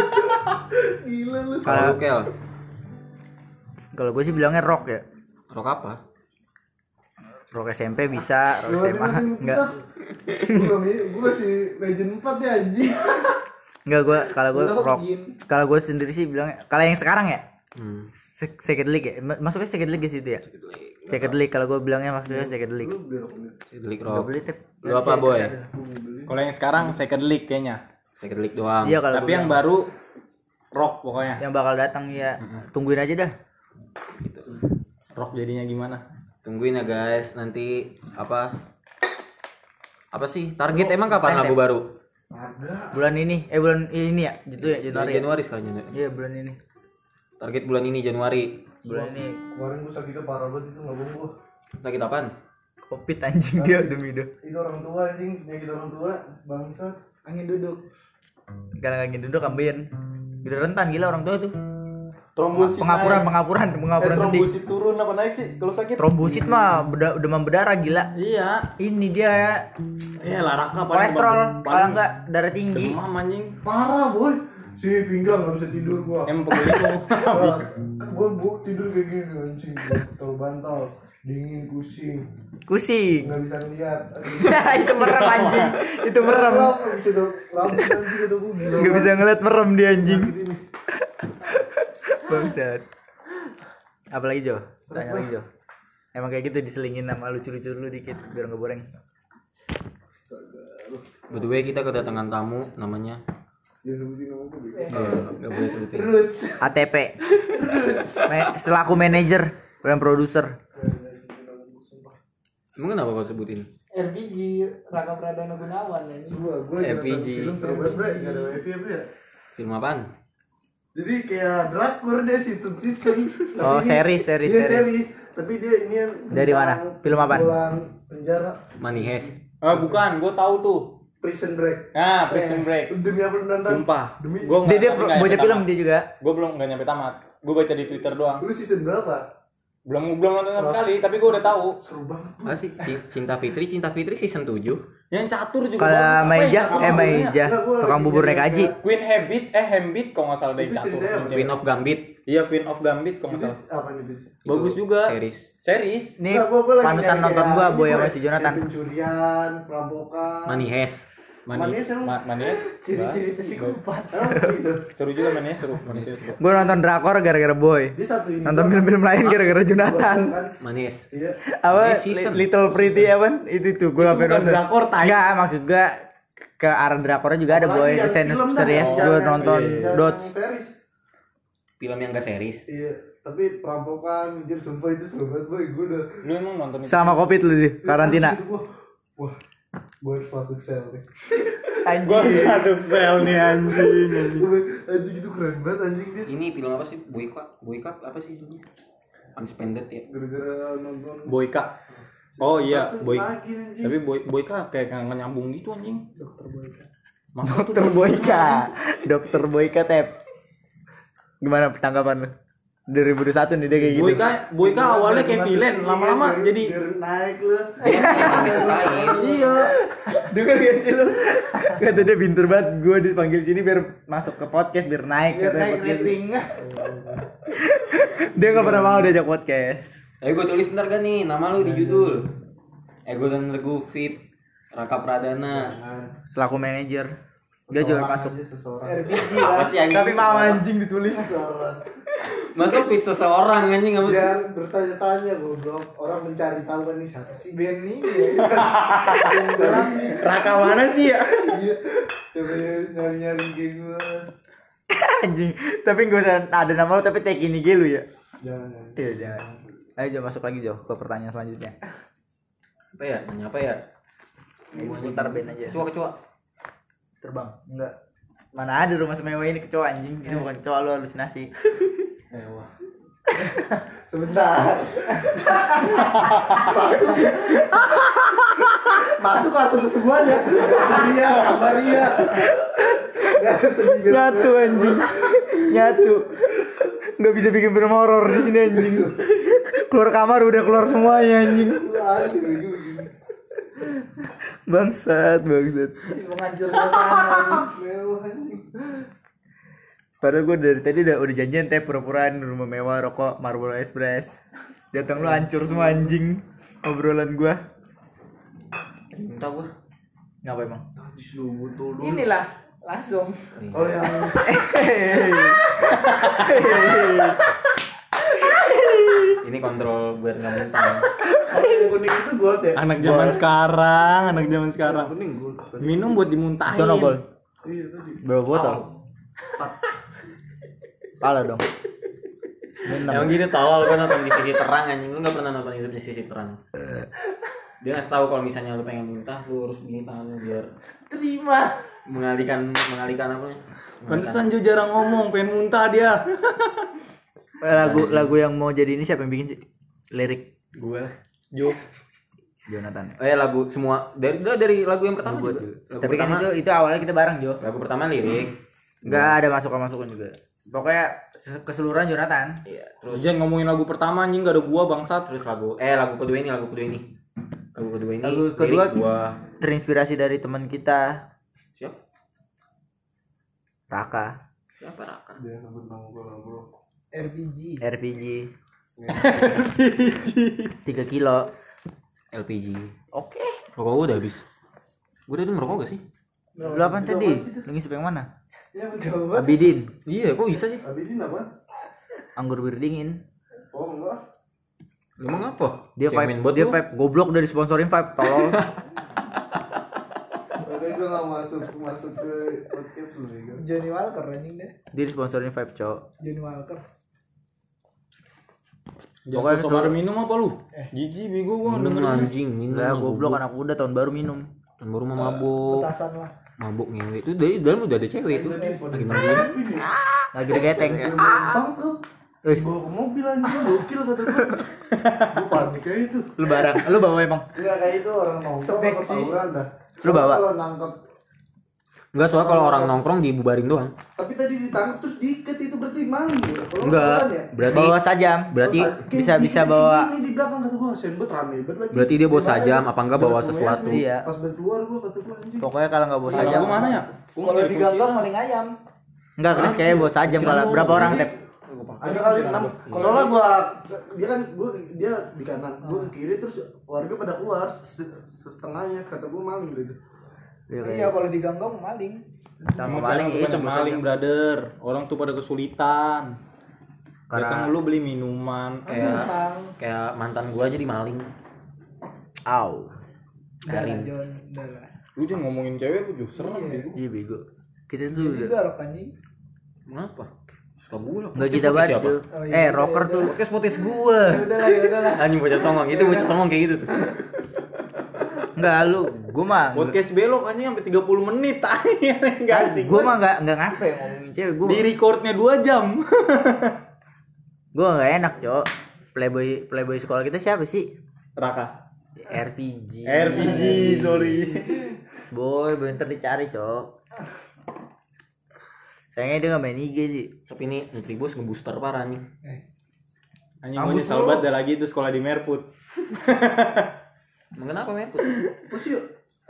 Kalau lu Kel, Kalau gue sih bilangnya rock ya. rock apa? Rock SMP bisa, rock SMA enggak. Gue masih legend 4 ya anjing. Enggak kalau gue rock. Kalau gue sendiri sih bilangnya kalau yang sekarang ya. Psychedelic ya. Masuknya psychedelic di situ ya. Psychedelic kalau gue bilangnya maksudnya psychedelic. Psychedelic Enggak rock. beli tep. Lu apa boy? Kalau yang sekarang psychedelic kayaknya. Psychedelic doang. Iya kalau Tapi yang baru rock pokoknya. yang bakal datang ya. Tungguin aja dah. Rock jadinya gimana? Tungguin ya guys, nanti apa sih target emang kapan lagu baru? Bulan ini ya, gitu ya Januari. Januari sekalian. Iya, bulan ini. Target bulan ini Januari. Bulan ini Kemarin gue sakitnya parah banget itu nggak bohong gue. Sakit apaan? Covid anjing dia demi itu. Itu orang tua anjing, penyakit orang tua, bangsa. Angin duduk. Kalau lagi duduk ambeien. Gitu rentan gila orang tua tuh. Trombosit. Pengapuran sedih. Trombosit turun apa naik sih kalau sakit? Trombosit mah demam berdarah gila. Iya. Ini dia Ya laraka kolesterol kalau enggak darah tinggi. demam anjing. Parah boy. Si pinggang nggak bisa tidur gua. Emang pegel itu. Gua tidur kayak gini anjing. Tahu bantal, dingin, pusing, Kusing. nggak bisa ngeliat. Itu merem anjing. Itu merem. Nggak bisa dong. Rambut anjing udah gua gila. Enggak bisa ngeliat merem dia anjing. Bangsat. Apalagi Jo? Tanya lagi Jo. Emang kayak gitu diselingin sama lucu-lucu dulu dikit biar nggak goreng. By the way kita kedatangan tamu namanya Jangan sebutin nama gua. nggak boleh sebutin. Roots. ATP. Selaku manajer dan produser. Emang kenapa kau sebutin? RPG Raka Pradana Gunawan ya. Semua gua RPG. film seru banget bre, nggak ada wifi apa ya? Film apaan? Jadi kayak drakor deh season. Oh, series. Iya series. Tapi dia ini yang Dari mana? Film apaan? Pulang penjara. Money Heist. Ah bukan, gua tahu tuh. Prison Break. Ah, Prison Break. Demi apa lu nonton? Sumpah. Demi Gua Dia tapi nggak bocah nyampe film tamat. dia juga. Gua belum nggak nyampe tamat. Gua baca di Twitter doang. lu season berapa? Belum nonton sama sekali, tapi gua udah tahu. Seru banget. Ah sih Cinta Fitri season 7. Yang catur juga Kalau bagus. Apa Maija, yang catur? Maija, tukang bubur naik haji. Queen Habit kalau nggak salah dari Itu catur. ceritanya apa? Queen of Gambit Iya, Queen of Gambit kalau nggak salah. Apa ini? Bagus juga. Series. Nih Nggak, gua lagi panutan nyari nonton kayak gua ini, Boy sama Boy. si Jonathan. Kayak pencurian, perampokan. Money Heist. Manies emang? Manies. Ciri-ciri psikopat. Emang gitu. Seru juga Manies seru. Manies seru. Gua nonton drakor gara-gara Boy. Dia satu ini. Nonton film-film lain gara-gara Jonathan. Money Heist. Iya. Apa Ini season. Little Pretty apa? Itu tuh gua sampai bukan nonton. drakor, tai. Enggak, maksud gua ke arah drakornya juga ada Boy. Apalagi yang film dah. Series Jangan gua yang- nonton jangan Dots. yang series. Film yang gak series. Iya, tapi perampokan, anjir sumpah itu seru banget boy. Gue udah Lu emang nonton itu? Selama Covid lu sih, karantina. Anjir, wah, gue harus masuk sel nih. Gua harus masuk sel nih anjing. Anjing itu keren banget anjing dia. Ini film apa sih? Boyka apa sih judulnya? Unsuspended ya. Gara-gara nonton. Boyka. Oh iya, Satu Boy. lagi, anjing. Tapi Boyka kayak nggak nyambung gitu anjing. Dokter Boyka. Dokter Boyka tep. Gimana tanggapan lu? 2021 nih dia kayak gitu. Boyka awalnya kayak villain, lama-lama jadi biar naik lu. Iya. Dengar gak sih lu? Kata dia pinter banget, gue dipanggil sini biar masuk ke podcast biar naik katanya podcast. Dia gak pernah mau diajak podcast. Ayo gue tulis ntar kan nih nama lu di judul. Ego dan Regu Fit Raka Pradana. Selaku manajer. Dia jual Seseorang masuk. aja, seseorang. RPG Apa lah. sih anjing? Tapi mau anjing ditulis. Seseorang. Masa fit seseorang anjing enggak Biar bertanya-tanya goblok. Orang mencari tahu kan nih siapa sih Benny ya. Raka mana sih ya? Iya. Coba nyari-nyari kayak gue. Anjing. Tapi gue ada nama lu tapi tag ini lu ya. Jangan. Iya jangan. Ayo Jo masuk lagi Jo ke pertanyaan selanjutnya. Apa ya? Nanya apa ya? Seputar band aja. Kecoa. Terbang. Enggak. Mana ada rumah semewah ini kecoa anjing. Ini bukan kecoa lu halusinasi. Wah. Sebentar. Masuk langsung ke semuanya. Maria. Gak ada sedih. Nyatu anjing. Nyatu. Enggak bisa bikin film horor di sini anjing. Keluar kamar udah keluar semuanya anjing. Bangsat. Si menghancur suasana. Mewah anjing. Padahal gue dari tadi udah janjian teh pura-puraan rumah mewah, rokok, Marlboro Express. Datang lu hancur semua anjing obrolan gue. Minta gua. Ngapa emang? Lu butuh dulu. Inilah langsung. Oh yang Ini kontrol biar enggak muntah. yang kuning itu gold ya. Anak zaman sekarang. Kuning gold. Minum buat dimuntahin. Sono gol. Iya tadi. Berapa botol? Kalah dong. Emang gini tolol gua nonton di sisi terang anjing. Lu enggak pernah nonton itu di sisi terang. Dia ngasih tahu kalau misalnya lu pengen muntah, lu harus gini tangan lu biar Terima. mengalihkan apa? Pantesan Jo jarang ngomong, pengen muntah dia. Lagu yang mau jadi ini siapa yang bikin sih? Lirik Gue Jo. Jonathan. lagu semua dari lagu yang pertama juga. Lagu Tapi pertama, kan itu awalnya kita bareng Jo. lagu pertama lirik. Enggak ada masukan juga. Pokoknya keseluruhan Jonathan. Iya, terus Jangan ngomongin lagu pertama anjing, gak ada gua bangsat. terus lagu kedua ini. Lagu kedua lirik gua. terinspirasi dari teman kita Siapa? Raka, Siapa Raka? Dia sebut nama gue. RPG. RPG 3 kilo. LPG. Oke. Rokok gua udah habis. Gua tadi ngerokok gak sih? Lu apaan tadi? Lu ngisep yang mana? Ya menjawab. Abidin, Iya, kok bisa sih? Abidin apa? anggur bir dingin. Oh enggak. Lu emang apa? Dia Cemen vibe, buat dia lu? vibe goblok dari sponsorin vibe tolol. Makanya gue gak masuk ke podcast lu ya. Johnny Walker anjing deh. Dia sponsorin vibe, Cok. Johnny Walker. Jangan sosok pada minum apa lu? Jijik bego gua Minum dengerin. anjing, minum. Lah lah, goblok anak muda tahun baru minum. Dan baru mah mabuk. Petasan lah. Mabuk ngewe. Itu dari dalam udah ada cewek itu. Lagi mabuk. Lagi geteng. Tangkep. Wis, Bawa ke mobil anjing gokil kata gue. Gue panik kayak itu. lu barang. Lu bawa emang. Enggak kayak itu orang nongkrong Sebek apa sih. tawuran dah. Lu bawa? Kalau nangkep. Enggak, soalnya kalau orang nongkrong dibubarin doang. Tapi tadi ditangkap terus diikat itu berarti maling ya. Kalau Enggak. tawuran ya. Berarti Bawa sajam. berarti bisa bawa. Ini di belakang kata gue sen bet rame bet lagi. Berarti dia bawa Gimana sajam, ya? apa enggak bawa Udah sesuatu? keluar, Iya. Pas ben keluar gue kata gue anjing. Pokoknya kalau nggak bawa Sajam sajam. gua mana ya? Kalau diganggang maling ayam. Enggak, Chris kayaknya bawa sajam kalau berapa orang tep? Ada kali 6. Soalnya dia di kanan, gua ke kiri terus warga pada keluar setengahnya kata gua maling gitu. Iya kalau diganggang maling. Sama Maling maling tuh ini. pada maling, brother. Orang tuh pada kesulitan. Karena- Datang dulu beli minuman. Kayak mantan gua aja dimaling. Au. Karin. John, udah lah. Lu jangan ngomongin cewek gua juga serem bego. Iya bego. Kita tuh Jadi udah garok anjing. Kenapa? Suka gua lah. enggak kita banget tuh. Oh, iya, Rocker iya, tuh. Podcast podcast gua. Udah lah. Anjing bocah songong, itu bocah songong kayak gitu tuh. Enggak lu, gua mah Podcast belok anjing sampai 30 menit enggak asik. gua mah enggak ngape ngomongin cewek gua. Di recordnya 2 jam. Gua enggak enak, Cok. Playboy sekolah kita siapa sih? Raka. RPG. RPG, sorry. Boy, bentar dicari, Cok. Sayangnya dia nggak main IG sih. Tapi ini Nutribus ngebooster parah nih. Anjing gua nyesal banget dah lagi itu sekolah di Merput. Emang kenapa men? Terus yuk.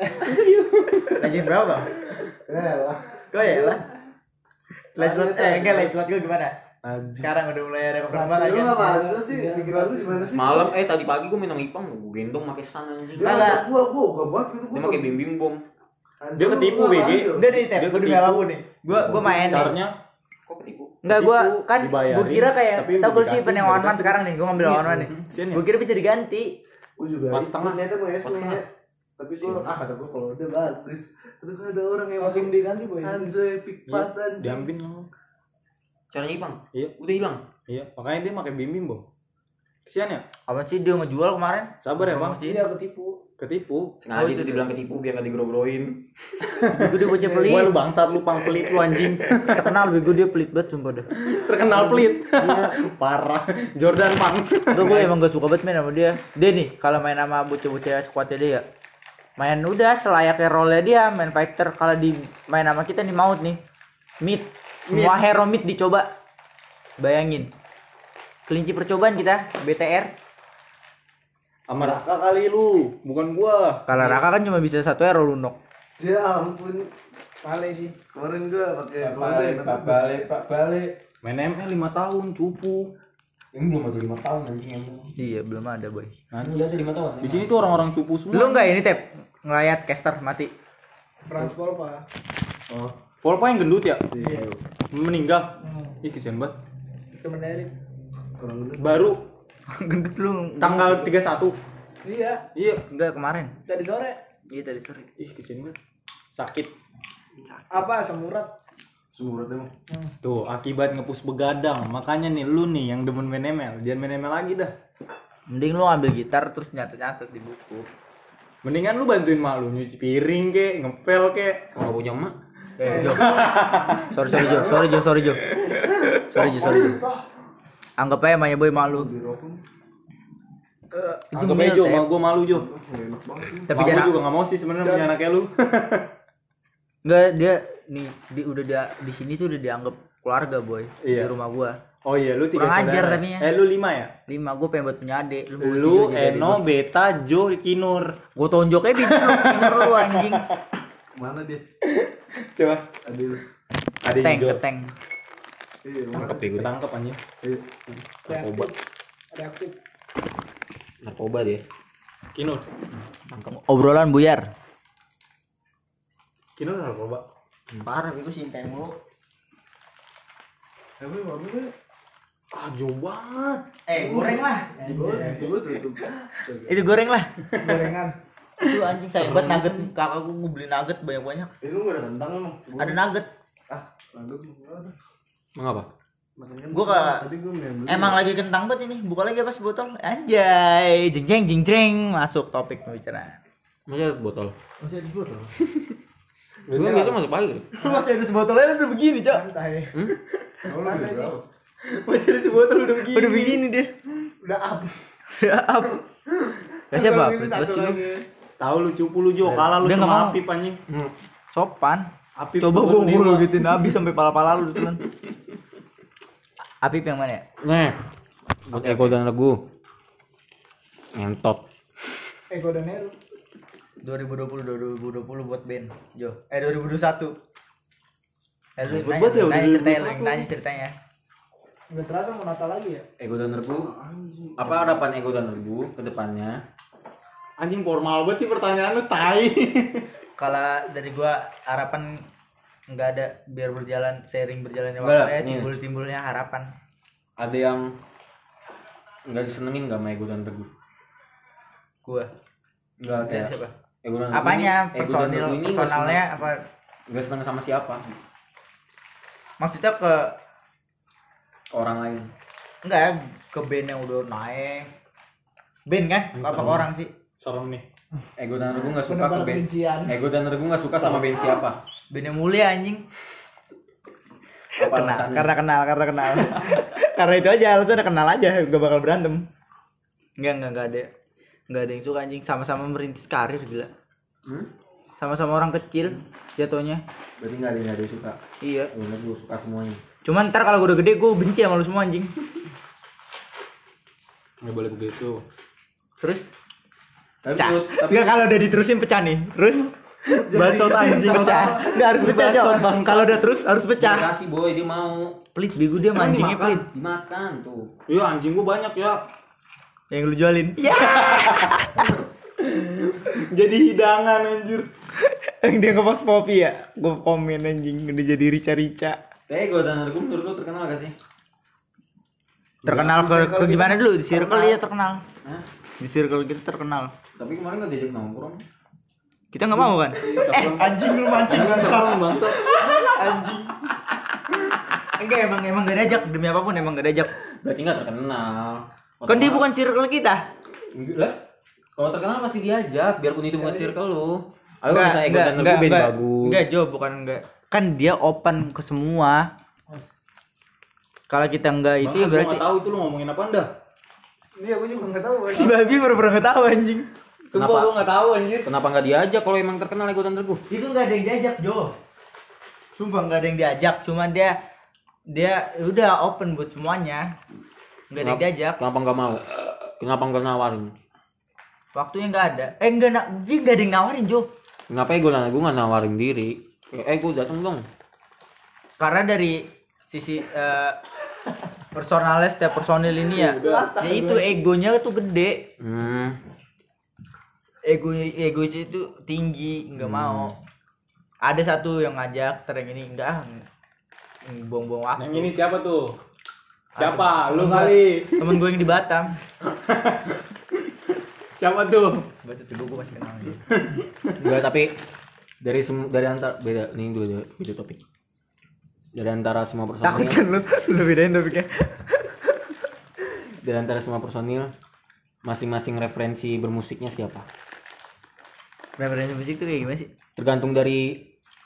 Lagi berapa? Ya lah. Kok ya lah? Lejlot lejlot gue gimana? Anjing. Sekarang udah mulai ada perkembangan Lu aja. apaan sih? Pikiran lu di mana sih? Malam tadi pagi gua minum ipang, gua gendong pakai stang anjing. Dia ngajak gua gak buat gitu Dia pakai bim bim bom. Dia ketipu, BG. Udah nih, Tep, gue demi apapun nih. Gue main nih. Caranya Kok ketipu? Enggak, gua Itu kan dibayarin, gua kira kayak tapi tau udah gua sih dikasih, pen yang nggak one man dikasih. sekarang nih, gua ngambil one man nih. Sian ya? Gua kira bisa diganti. Gue juga Pas ikut setengah. niatnya mau Pas esme. setengah. Tapi gue kata gue kalau udah bagus. Itu kan ada orang yang Langsung diganti boy. Hanzo Epic Iya, Pat anjing. diambil lo. Caranya Bang. Iya. Udah hilang. Iya, makanya dia pakai bim-bim, Bang. Kesian ya? Apaan sih dia ngejual kemarin? Sabar ya, Bang. Masih Iya ketipu. Ketipu. Sengaja itu dibilang ketipu biar gak digrogroin. Gue dia bocah pelit. Wah, lu bangsat, lu pang pelit lu anjing. Terkenal bego dia pelit banget sumpah dah. Terkenal pelit. Parah. Jordan Pang. Gue emang gak suka banget main sama dia. Dia nih kalau main sama bocah-bocah squadnya dia ya. Main udah selayaknya role dia, main fighter. Kalau di main sama kita nih maut nih. Mid. Semua hero mid dicoba. Bayangin. Kelinci percobaan kita, BTR. Sama Raka kali lu, bukan gua. Kalau Raka kan cuma bisa satu hero lunok. Ya ampun. Pale sih. Kemarin gue pakai Pak Bale. Main ML 5 tahun, cupu. Ini belum ada 5 tahun anjing yang Iya, belum ada boy. Nanti ada 5 tahun. Di sini tuh orang-orang cupu semua. Lu enggak ini Tep? Ngelayat caster mati. Transpol Pak. Oh. Volpa yang gendut ya? Meninggal. Ih, kesian banget. Temen Erik. Baru Gendut lu. tanggal 31. Iya. Iya. Enggak kemarin. Tadi sore. Iya tadi sore. Ih, kesian banget. Sakit. Apa semurat? Semurut emang. Tuh, akibat ngepus begadang. Makanya nih lu nih yang demen main ML, jangan main ML lagi dah. Mending lu ambil gitar terus nyatet-nyatet di buku. Mendingan lu bantuin mak lu nyuci piring kek, ngepel kek. Kalau punya emak. Sorry Jo. Anggap aja emaknya boy malu. Anggap aja Jo, mau gua malu Jo. Enak banget sih. Tapi Mak gua jangan juga gak mau sih sebenarnya punya anak kayak lu. enggak dia nih udah dia di sini tuh udah dianggap keluarga boy Iya. di rumah gua. Oh iya, lu 3 Kurang saudara. ajar tapi ya. Lu 5 ya? 5 gua pengen buat punya adik. Mau isi Lu, juga jadi Eno, gua. Beta, Jo, Kinur. Gua tonjoknya bibir lu kinder lu anjing. Mana dia? Coba. Adil. Ada Keteng, Jo. keteng. Iya, mana? Tangkep ya gue. Ketangkep anjing. Iya. Narkoba. Reaktif. Narkoba dia. Kinur. Obrolan buyar. Kinur narkoba. Parah itu sih inteng lu. Ah, jauh banget. Goreng lah. Gue tutup. Itu goreng lah. Gorengan. Itu anjing saya buat nugget. Kakak gua beli nugget banyak-banyak. Ini lu gak ada kentang emang? Ada nugget. Ah, lanjut enggak ada. Mengapa? Makan kentang. Gua kalau Tadi gue main beli. emang lagi kentang banget ini. Buka lagi pas botol. Anjay, jeng masuk topik pembicaraan. Masa botol? Masih ada botol. Gue biasa masuk pagi. Masih ada sebotolnya udah begini, Cok. Santai. Oh, lu udah tahu. Masih ada sebotol udah begini. Udah begini dia. Udah up. Udah up. Gak siapa? Ini Pelit satu banget sih lu. lagi. Tahu lu cupu lu Jo, kalah lu Dia nggak sama mau. Apip anjing. Sopan. Apip Coba tuh gua lima. gituin habis sampai pala-pala lu teman. Apip yang mana ya? Nih. Buat Eko dan Regu. Ngentot. Ego dan Heru. 2020 buat band. Jo. 2021. Lu Cepet banget ya, udah nanya ceritanya, 2021. nanya ceritanya. Nggak terasa mau Natal lagi ya? Ego dan Regu. Apa harapan Ego dan Regu ke depannya? Anjing formal banget sih pertanyaan lu, tai. Kalau dari gua harapan nggak ada biar seiring berjalannya Enggak, waktu ya nih. timbulnya harapan. Ada yang nggak disenengin nggak sama Ego dan Regu? Gua. Nggak Dan kayak siapa? Ego dan Regu Apanya? ini- Ego dan Regu ini nggak Personalnya seneng- apa? nggak seneng sama siapa? Maksudnya ke Ke orang lain. enggak ke band yang udah naik. Band kan? Apa ke orang sih? Serem nih. Ego dan Regu nggak suka ke Bener-bener band. kebencian. Ego dan Regu nggak suka sama band siapa? Band yang mulia anjing. Apa Kenal, alasannya? karena kenal. Karena itu aja alasannya kenal aja, gak bakal berantem. Enggak ada yang suka anjing, sama-sama merintis karir gila. Sama-sama orang kecil jatuhnya. Berarti nggak ada yang suka. Iya. Ego dan Regu suka semuanya. Cuman ntar kalau gue udah gede gue benci sama lu semua anjing. Nggak boleh begitu. Terus Tapi, pecah. tapi Enggak kalau udah diterusin pecah nih. Terus bacot anjing pecah. Enggak harus pecah, Cok. Kalau udah terus harus pecah. dikasih boy dia mau Pelit bego dia Emang mancingnya dimakan? pelit. dimakan tuh. Iya anjing gua banyak ya. Yang lu jualin. Iya. Jadi hidangan anjir. Yang dia ngepost Poppy ya. Gue komen anjing udah jadi rica-rica. Pego dan Argo menurut lu terkenal gak sih? Terkenal ke gimana dulu? Di circle dia terkenal. Hah? Di circle kita terkenal. Tapi kemarin gak diajak nongkrong. Kita nggak mau kan? Anjing lu mancing. Bangsat. Enggak, emang gak diajak, demi apapun emang gak diajak. Berarti gak terkenal. Kan dia bukan circle kita. Enggak lah. Kalau terkenal pasti diajak, biarpun itu bukan circle lu. Ayo misalnya Ego dan Argo band bagus. Enggak, Jo, bukan enggak. Kan dia open ke semua. Kalau kita enggak itu ya Gue berarti nggak tahu itu lu ngomongin apa anda. Iya, gue juga enggak tahu. si babi baru nggak tahu anjing. Sumpah Kenapa? gue nggak tahu anjir. Kenapa nggak diajak kalau emang terkenal Ego dan Argo? Itu enggak ada yang diajak, Jo. Sumpah enggak ada yang diajak, cuma dia udah open buat semuanya. Enggak ada yang diajak. Kenapa nggak mau? Kenapa nggak nawarin? Waktunya enggak ada. Enggak ada yang nawarin, Jo. Kenapa Ego dan Argo nggak nawarin diri? Ego datang dong. Karena dari sisi personalnya setiap personil ini ya itu egonya tuh gede. Ego itu tinggi, nggak mau. Ada satu yang ngajak, yang ini enggak, buang-buang waktu. Yang ini siapa tuh? Siapa? Lu kali. Temen gue yang di Batam. Siapa tuh? Baca tuh gue masih kenal dia. Enggak, tapi dari antara beda ini beda topik. Dari antara semua personil. Takut kan lu bedain topiknya. Dari antara semua personil masing-masing referensi bermusiknya siapa? Referensi musik tuh kayak gimana sih? Tergantung dari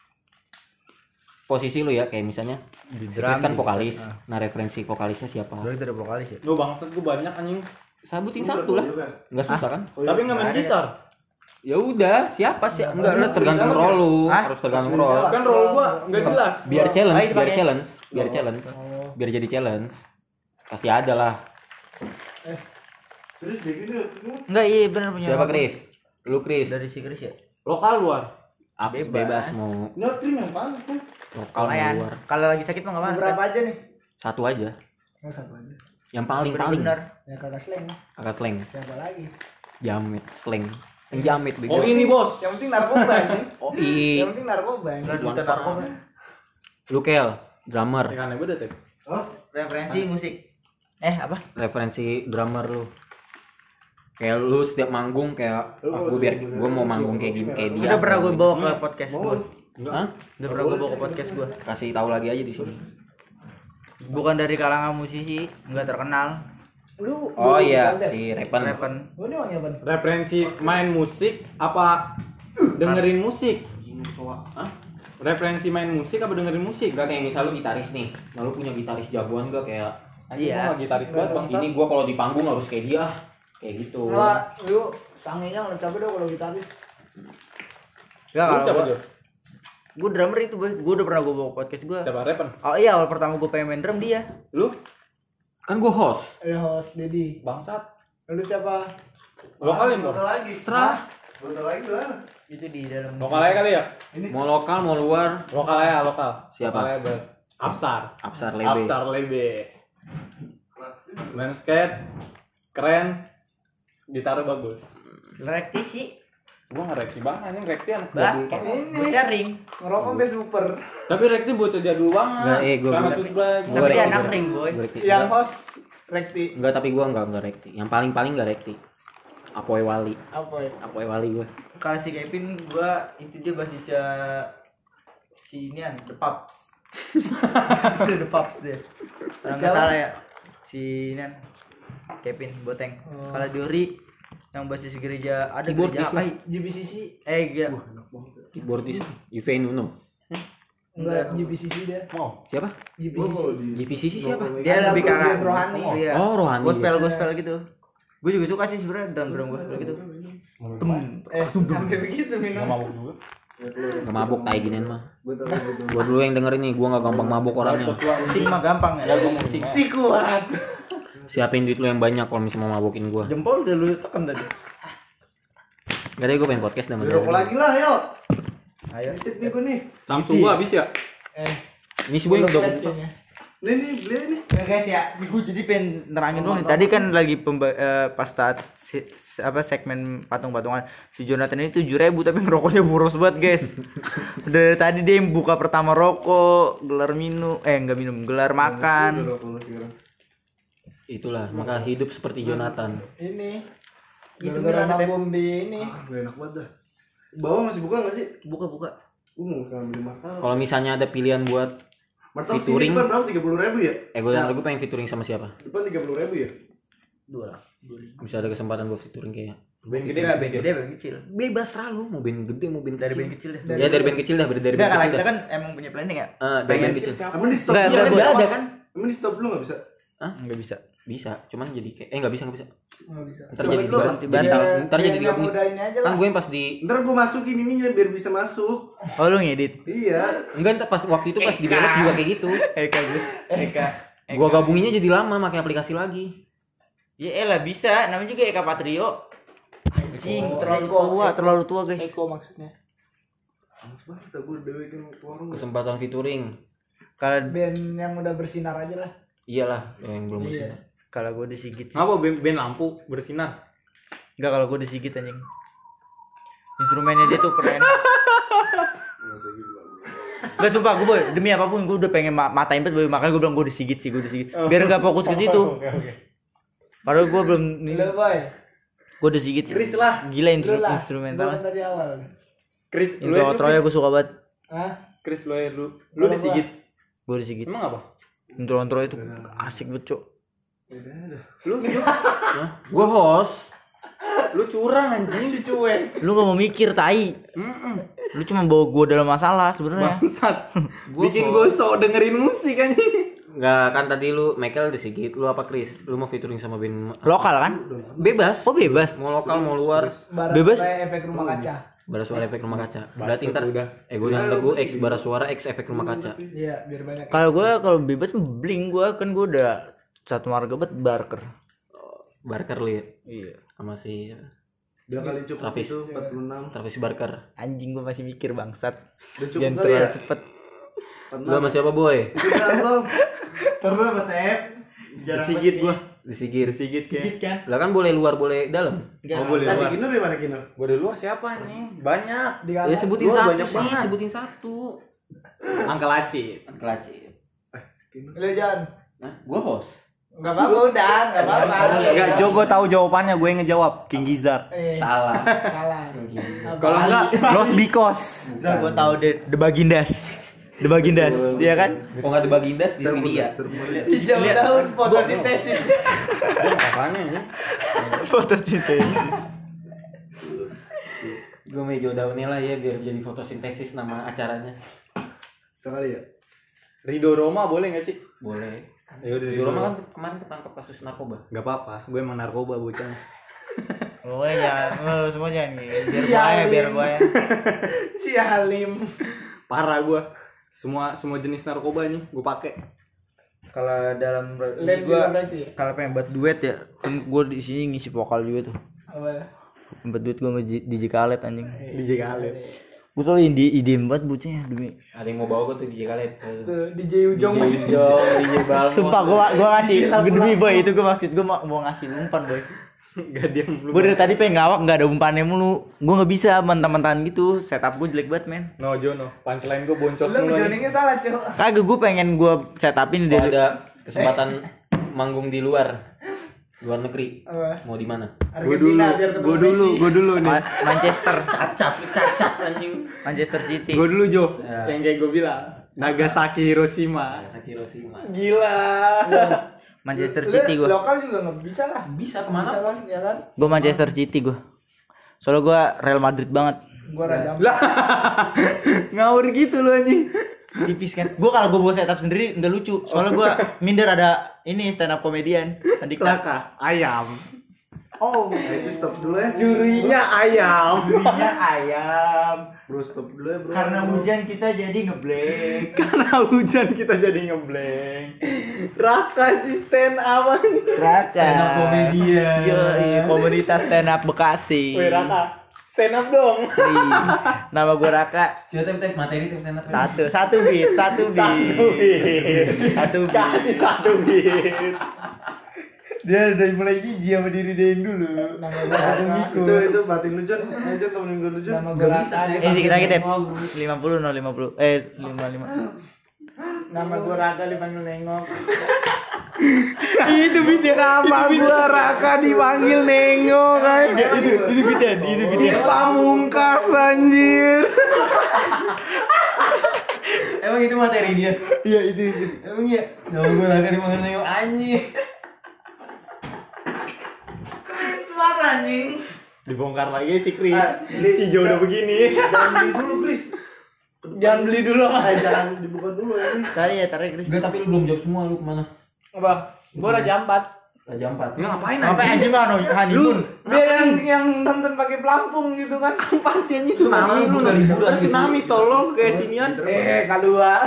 posisi lu ya, kayak misalnya Di Chris kan vokalis. Nah, referensi vokalisnya siapa? Berarti ada vokalis ya? Gue bangsat gue banyak anjing. Sabutin satu lah. Enggak susah kan? Tapi nggak main gitar. Ya udah, siapa sih? Enggak lah, tergantung role lu. Harus tergantung role. Kan role gua nggak jelas. Biar challenge, biar dipakai. challenge, biar challenge. Biar jadi challenge. Pasti ada lah. Terus bikin dulu. Enggak, iya benar punya. Siapa Chris? Lu Chris. Dari si Chris ya? Lokal luar. Apa bebas mau Nyotrim yang paling kan. lokal mau Lumayan. luar. Kalau lagi sakit mah enggak apa-apa. Berapa aja nih? Satu aja. Oh, satu aja. Yang paling Benar. Ya kakak slang. kakak slang, Siapa lagi? jamit, slang. Yang jamit bego. Oh ini bos. Yang penting narkoba ini. Oh i. Yang penting narkoba ini. Enggak duta narkoba. Lu Kel, drummer. Ikannya beda tuh. Hah? Referensi musik. Apa? Referensi drummer lu. Kayak lu setiap manggung kayak gue mau manggung kayak gini kayak dia. Udah pernah gue bawa ke podcast gue. Hah? Udah pernah gue bawa ke podcast gue. Kasih tahu lagi aja di sini. Bukan dari kalangan musisi, enggak terkenal. Lu Oh iya, si Repen. Repen. Lu ini wangi apa? Referensi main musik apa dengerin musik? Hah? Referensi main musik apa dengerin musik? Enggak kayak misal lu gitaris nih. Nah, lu punya gitaris jagoan gak kayak Anjing Iya. gua lagi gitaris banget bang. ini gua kalau di panggung harus kayak dia. Kayak gitu. Enggak, lu sanginya ngecapin dong kalau gitaris. Enggak Lu siapa kalau tuh? gue drummer itu, Boy. Gue udah pernah gue bawa ke podcast gue. Siapa Repen? Oh iya, awal pertama gue pengen main drum dia. Lu? Kan gua host. Host Dedi. Bangsat. Lu siapa? Lokalin Foto dong. lagi. Serah. Foto lagi lah. Itu di dalam. Lokal aja kali ya? Mau lokal mau luar. Lokal aja lokal. Siapa? Lokal aja, Ber. Absar. Absar Lebe. Absar Lebe. Main skate keren. Gitar bagus. Rekti sih. Gua ngerekti banget anjing, rekti anak Basket. jadul banget. Gue sharing. Ngerokok sampai super. Tapi rekti bocah jadul banget. Enggak, gua Karena bilang- tooth brush. Gua Tapi rekti, anak gua. ring, Boy. Gua rekti. Yang Enggak. host Rekti. Enggak, tapi gua enggak rekti. Yang paling enggak rekti. Apoy Wali. Apa ya? Apoy Wali gua. Kalau si Kevin gue itu dia basisnya si inian The Pups. The Pups deh. Kalau nggak salah ya si inian Kevin Boteng. Kalau Diori yang basis gereja ada Keyboardis gereja apa? lah. GBCC. Iya. Keyboardis Yuvenu no. Enggak, GBCC dia. Mau. Siapa? GBCC. GPCC siapa? Dia lebih ke arah rohani. Iya. Oh, rohani. Gospel gitu. Gue juga suka sih sebenarnya drum gospel gitu. Sampai begitu Nggak minum. mabuk juga. Enggak mabuk tai ginian mah. Gua dulu yang denger ini, gua enggak gampang mabuk orangnya. Musik mah gampang ya. Musik. Si kuat. Siapin duit lu yang banyak kalau misalnya mau mabukin gua. Jempol udah lu tekan tadi. Enggak deh, gua pengen podcast sama Rokok dia. lagi lah, yuk. Ayo. Titip nih gue nih. Samsung gua habis ya. Ini sih gua yang udah kayaknya. Nih beli nih. Ya guys ya, gue jadi pengen nerangin dong. Tadi kan lagi pas saat segmen patung-patungan si Jonathan ini 7.000 tapi ngerokoknya boros banget guys. Udah tadi dia yang buka pertama rokok, gelar gelar makan. Itulah maka hidup seperti Jonathan. Ini. Itu Gara-gara bilang nabung di ini. Gak enak banget dah. Bawah masih buka nggak sih? buka. Gue mau beli martabak. Kalau misalnya ada pilihan buat Martabak featuring. sini depan berapa 30.000 ya? gue pengen featuring sama siapa? Depan 30.000 ya? 2 lah. Bisa ada kesempatan buat featuring kayak Band gede Enggak, band gede, band kecil. bebas selalu mau band gede mau band Dari kecil. band kecil deh. Ya dari band kecil dah, dari Enggak, band kalau kecil kita dah. kan emang punya planning ya. Dari band kecil. Emang di stop Nggak, dulu nggak, nggak ada bisa? kan? Emang di stop dulu nggak bisa? Enggak bisa. Bisa, cuman jadi kayak enggak bisa. Nggak bisa. Ntar Coba jadi dulu, dua, Bang. Batal. ntar jadi Yang 2 udah ini aja lah. Kan gue yang pas di Ntar gue masukin ininya biar bisa masuk. Oh, lu ngedit. Iya. enggak ntar pas waktu itu pas di develop juga kayak gitu. Eka Gus. Eka. Gua gabunginnya jadi lama pakai aplikasi lagi. Ya elah bisa, namanya juga Eka Patrio. Anjing, Eko. terlalu tua guys. Eko maksudnya. Males banget gue dewe kan warung. Kesempatan featuring. Kalau Band yang udah bersinar aja lah. Iyalah, yang belum Iya. bersinar. kalau gue disigit sih. Ngapa band lampu bersinar? Enggak, kalau gue disigit anjing. Instrumennya dia tuh keren. Masa gitu lah. Enggak sumpah gue boy, demi apapun gue udah pengen matain banget boy, makanya gue bilang gue disigit. Biar enggak fokus ke situ. Padahal gue belum Lu boy. gue disigit. Chris lah. Gila Lu lah. Lu instrumental. kan tadi awal. Chris, Intro outronya gue suka banget. Hah? Chris lu Kalau disigit. Gue disigit. Emang apa? Intro itu asik banget, Cok. Lu Gua host. lu curang anjing. Si cuek. Lu gak mau mikir tai. Lu cuma bawa gue dalam masalah sebenarnya. Bangsat. Bikin gue sok dengerin musik anjing. Enggak, kan tadi lu Michael disigit, lu apa Chris? Lu mau featuring sama band Lokal kan? bebas. Oh bebas. Mau lokal mau luar. Bara Bebas? supaya efek rumah kaca. Bara suara efek rumah kaca. Berarti ntar udah. gue udah gue X bara suara X efek rumah kaca. Iya, biar banyak. Kalau bebas bling gue kan gue udah satu marga banget Barker. Barker lu ya. Iya. Sama si Udah kali cukup Travis. itu 46. Travis Barker. Anjing gue masih mikir bangsat. Udah cukup Jangan kali ya? terlalu cepet. Lu sama siapa boy? Udah belum? Pernah apa Tep? Disigit gua. Disigit. Disigit kayak. kan? Lah kan boleh luar boleh dalam. Oh boleh Kasih luar. Kinur di mana Kinur? Gua dari luar siapa nih? Banyak. Ya sebutin Luar satu banyak sih, banget. sebutin satu. Angkel Acit. Kelaci. Lu Jan. Nah, gua host. Enggak apa-apa udah, enggak apa-apa. Enggak, Jo gua tahu jawabannya, gue yang ngejawab. King Gizzard. Salah. Salah. Kalau enggak, Lost Because. Udah gue tahu deh The Bagindas. The Bagindas, iya kan? Kok enggak ada Bagindas di sini dia. Hijau daun fotosintesis. Apanya ini? Foto cinta. Gue meja daunnya lah ya biar jadi fotosintesis nama acaranya. Sekali ya? Rido Roma boleh enggak sih? Boleh. Ya udah Di rumah kan kemarin ketangkap kasus narkoba. Enggak apa-apa, gue emang narkoba bocah. Pokoknya jangan, lu semua jangan gitu. Biar gua ya. Si Halim. Parah gue. Semua jenis narkoba nih gue pakai. Kalau dalam Lem juga berarti. kalau pengen buat duet ya, kan gue di sini ngisi vokal juga tuh. Apa? Buat duet gue sama DJ Khaled anjing. DJ Khaled. Gue selalu ide banget bocahnya demi. Ada yang mau bawa gue tuh DJ Khaled. Tuh DJ Ujong masih. DJ Balmo. Sumpah gua ngasih demi boy itu gue maksud gue mau ngasih umpan boy. Enggak diam belum. Gue dari tadi pengen ngawak nggak ada umpannya mulu. Gue nggak bisa mentah-mentahan gitu. Setup gue jelek banget men. No Jono. Punchline gue boncos Lu mulu. ngejoningnya salah, Cuk. Kagak gue pengen gue setupin Kalau dari. ada kesempatan manggung di luar negeri, Apa? mau di mana? Argentina biar ketemu Messi. Gue dulu nih. Manchester Cacat anjing. Manchester City. Gue dulu Jo. Ya. Yang kayak gue bilang. Nagasaki Hiroshima. Nagasaki Hiroshima. Gila. Manchester Lu City gue. lokal juga nggak bisa lah. Bisa Bisa kemana? kan, ya kan? Gue Manchester City gue. Soalnya gue Real Madrid banget. Gua rajam. Lah. Ngawur gitu lu anjing. Tipis kan. Gue kalau gue bawa setup sendiri nggak lucu. Soalnya gue minder ada ini stand up komedian. Sandika. Laka. Ayam. Oh, Itu stop dulu ya. Jurinya ayam. Jurinya ayam. Bro stop dulu ya bro. Karena hujan kita jadi ngeblank. Karena hujan kita jadi ngeblank. Raka si stand up anjing. Raka. Stand up komedian. Yoi, komunitas stand up Bekasi. Weh Raka. Stand up dong. Nama gue Raka. Coba tep materi tep stand up. Satu beat. Kasih 1 beat. Dia udah mulai jijik sama diri dia dulu. Nama gue Raka. Itu batin lu Jon. Ayo Jon temenin gue lu Jon. Nama gue Raka. Dikit lagi Tep. 50 no 50. 55. Nama gue Raka dipanggil nengok. Itu beatnya nama gue Raka dipanggil nengok. Itu beatnya. Pamungkas anjir. Emang itu materi dia. Iya itu. Emang iya. Nama gue Raka dipanggil nengok anjing. Suara anjing. Dibongkar lagi si Chris. Si Jo udah begini. Jangan beli dulu Chris. Jangan beli dulu. Jangan dibuka dulu ya. Tarik Chris. Enggak, tapi lu belum jawab semua, lu kemana? Apa? Gue Raja 4. Raja 4. Lu ngapain Apa anjing mah honeymoon? Biar yang nonton pakai pelampung gitu kan. Pasti anjing tsunami lu dari liburan tsunami tolol kayak sinian. Kalua.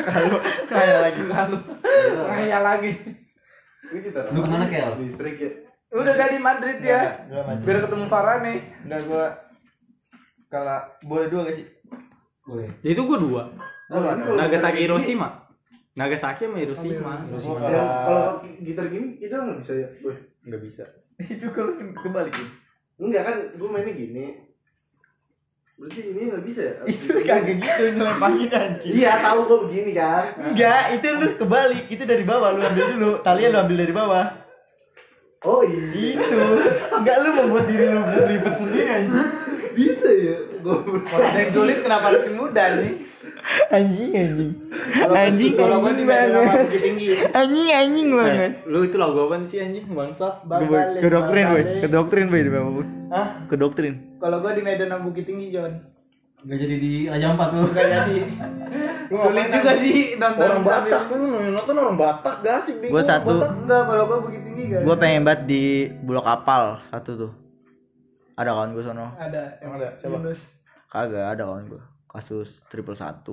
Kayak lagi. Lu kemana, Kel? Listrik ya. Udah jadi Madrid ya. Biar ketemu Varane. Enggak gua kalau boleh 2 gak sih? Boleh. Jadi itu gua 2. Nagasaki Hiroshima. Nagasaki sama Hiroshima. Kalau gitar gini kita nggak bisa ya. Boy. Enggak bisa. Itu kalau kebalik. Enggak kan, gue mainnya gini. Berarti ini nggak bisa ya? Itu kagak gitu ngelemparin anjing. Iya, tahu gue begini kan. Enggak, itu lu kebalik. Itu dari bawah lu ambil dulu. Talinya lu ambil dari bawah. Oh iya. Itu. Enggak lu membuat diri lu ribet sendiri anjing. Bisa ya. Gue Yang sulit kenapa harus mudah nih? Anjing. Kalau gue di medan nama Bukit Tinggi. Anjing banget. Lu itu lagu apa sih anjing bangsat? Ke doktrin boy di bawah. Hah? Ke doktrin. Kalau gue di medan nama Bukit Tinggi, Jon. Enggak jadi di Raja 4 lu. Enggak jadi. Sulit juga sih nonton Orang Batak lu nonton orang Batak gak asik bingung. Gua satu. Enggak, kalau gue Bukit Tinggi kan. Gua pengen banget di Bulog Kapal satu tuh. Ada kawan gua sono. Ada. Yang ada, siapa? Yunus. Kagak ada kawan gua. Kasus 111.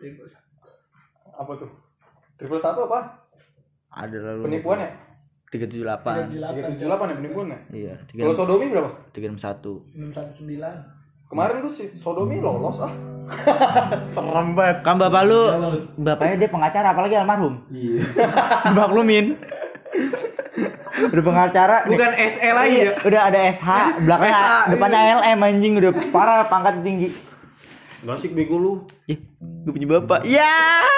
Apa tuh? 111 apa? Ada lalu. Penipuan ya? 378. 378 ya penipuan ya? Iya, Kalau sodomi berapa? 361. 619. Kemarin gua sih sodomi lolos ah. Serem banget. Kan bapak lu, bapaknya dia pengacara apalagi almarhum. Iya. Maklumin. Udah pengacara. Bukan SE lagi ya? Udah ada SH, belakangnya depannya LM anjing udah parah pangkat tinggi. Gak asik bego lu. Ih, gue punya bapak. Ya.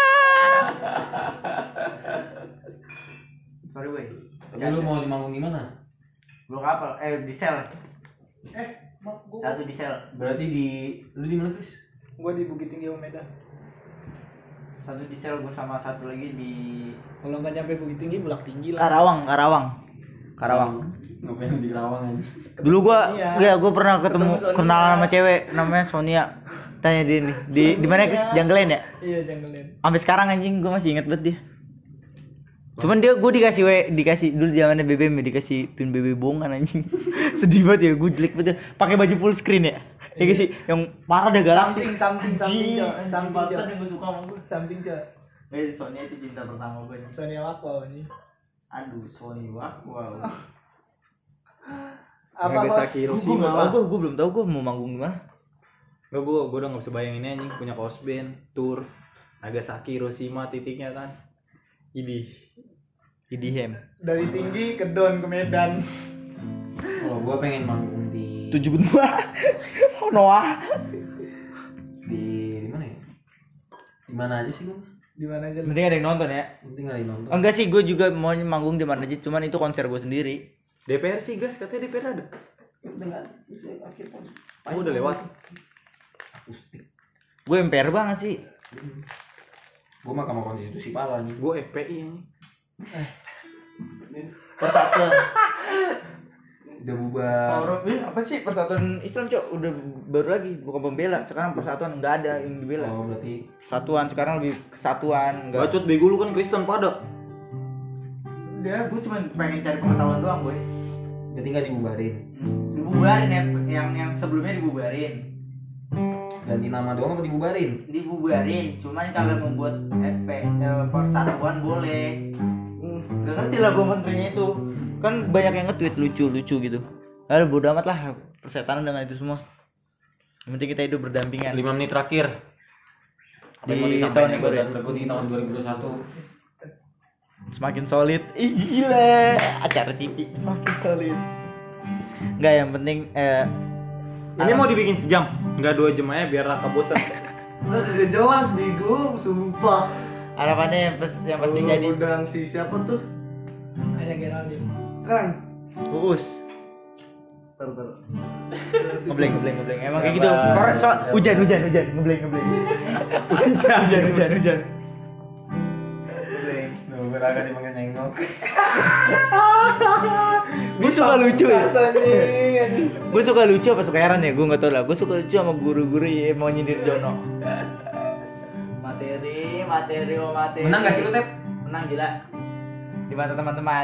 Sorry boy. Tapi lu mau dimanggung di mana? Belum kapal, di sel. Gue Satu di sel. Berarti di lu di mana, Chris? di Bukit Tinggi sama Medan. Satu di sel gue sama satu lagi di Kalau nggak nyampe Bukit Tinggi, Bulak Tinggi lah. Karawang. Ngapain di Karawang aja? Dulu gua Iya. gua pernah ketemu Sonia. kenalan sama cewek namanya Sonia. Tanya dia nih, di mana Chris? Janggelin ya? Iya, janggelin. Sampai sekarang anjing gua masih inget banget dia. Cuman gua dikasih dulu zamannya BBM dikasih pin BB bongan anjing. Sedih banget ya, gua jelek banget. Pakai baju full screen ya. Ya gak sih, yang parah deh galaksi. Samping, Anjing, samping, pantesan yang gua suka sama gua. samping ke Sonia itu cinta pertama gua nih. Sonia Wakwa nih. Aduh, Sonia wow. Apa Nagasaki host? Hiroshima. Gua belum tahu gua mau manggung di mana. Gak, gue udah gak bisa bayangin ini anjing punya kaos band tour Nagasaki Hiroshima titiknya kan. IDM. Dari tinggi ke Don ke Medan. Kalau gua pengen manggung di 7 benua. Oh Noah. di mana ya? Di mana aja sih gua? Di mana aja lu? Mending ada yang nonton ya. Penting ada yang nonton. Enggak sih, gue juga mau manggung di mana aja, cuman itu konser gue sendiri. DPR sih gas, katanya DPR ada. Dengan akhir tahun. Oh, udah lewat. Akustik. Gue MPR banget sih. Gua Mahkamah Konstitusi pala nih. Gue FPI ini. Persatuan. Udah bubar. Apa sih Persatuan Islam, Cok? Udah baru lagi, bukan pembela. Sekarang Persatuan enggak ada yang dibela. Oh, berarti Persatuan sekarang lebih kesatuan, enggak. Bacot bego lu kan Kristen pada. Udah, gue cuma pengen cari pengetahuan doang, boy. berarti enggak dibubarin. Dibubarin ya, yang sebelumnya dibubarin. Ganti nama doang apa dibubarin? Dibubarin, cuman kalau membuat persatuan boleh. Gak ngerti lah gue menterinya itu. Kan banyak yang nge-tweet lucu-lucu gitu. Lalu bodo amat lah persetanan dengan itu semua. Yang penting kita hidup berdampingan. 5 menit terakhir. Apa yang mau Di disampaikan tahun yang baru ya? buat berikut di tahun 2021? Semakin solid. Ih gila, acara TV semakin solid. Enggak, yang penting Ini mau dibikin sejam, nggak 2 jam aja biar Raka bosan. Udah jelas bego, sumpah. harapannya yang pasti jadi Undang si siapa tuh? Hanya Geraldine. Kang. Uus. Tar. Ngebleng. Emang kayak gitu. Hujan, ngebleng. Hujan. Beragam dipanggil nengok. Gue suka lucu ya. Gue suka lucu apa suka heran ya? Gue nggak tahu lah. Gue suka lucu sama guru-guru ya mau nyindir Jono. Materi. Menang gak sih lu, Tep? Menang gila. Di mata teman-teman.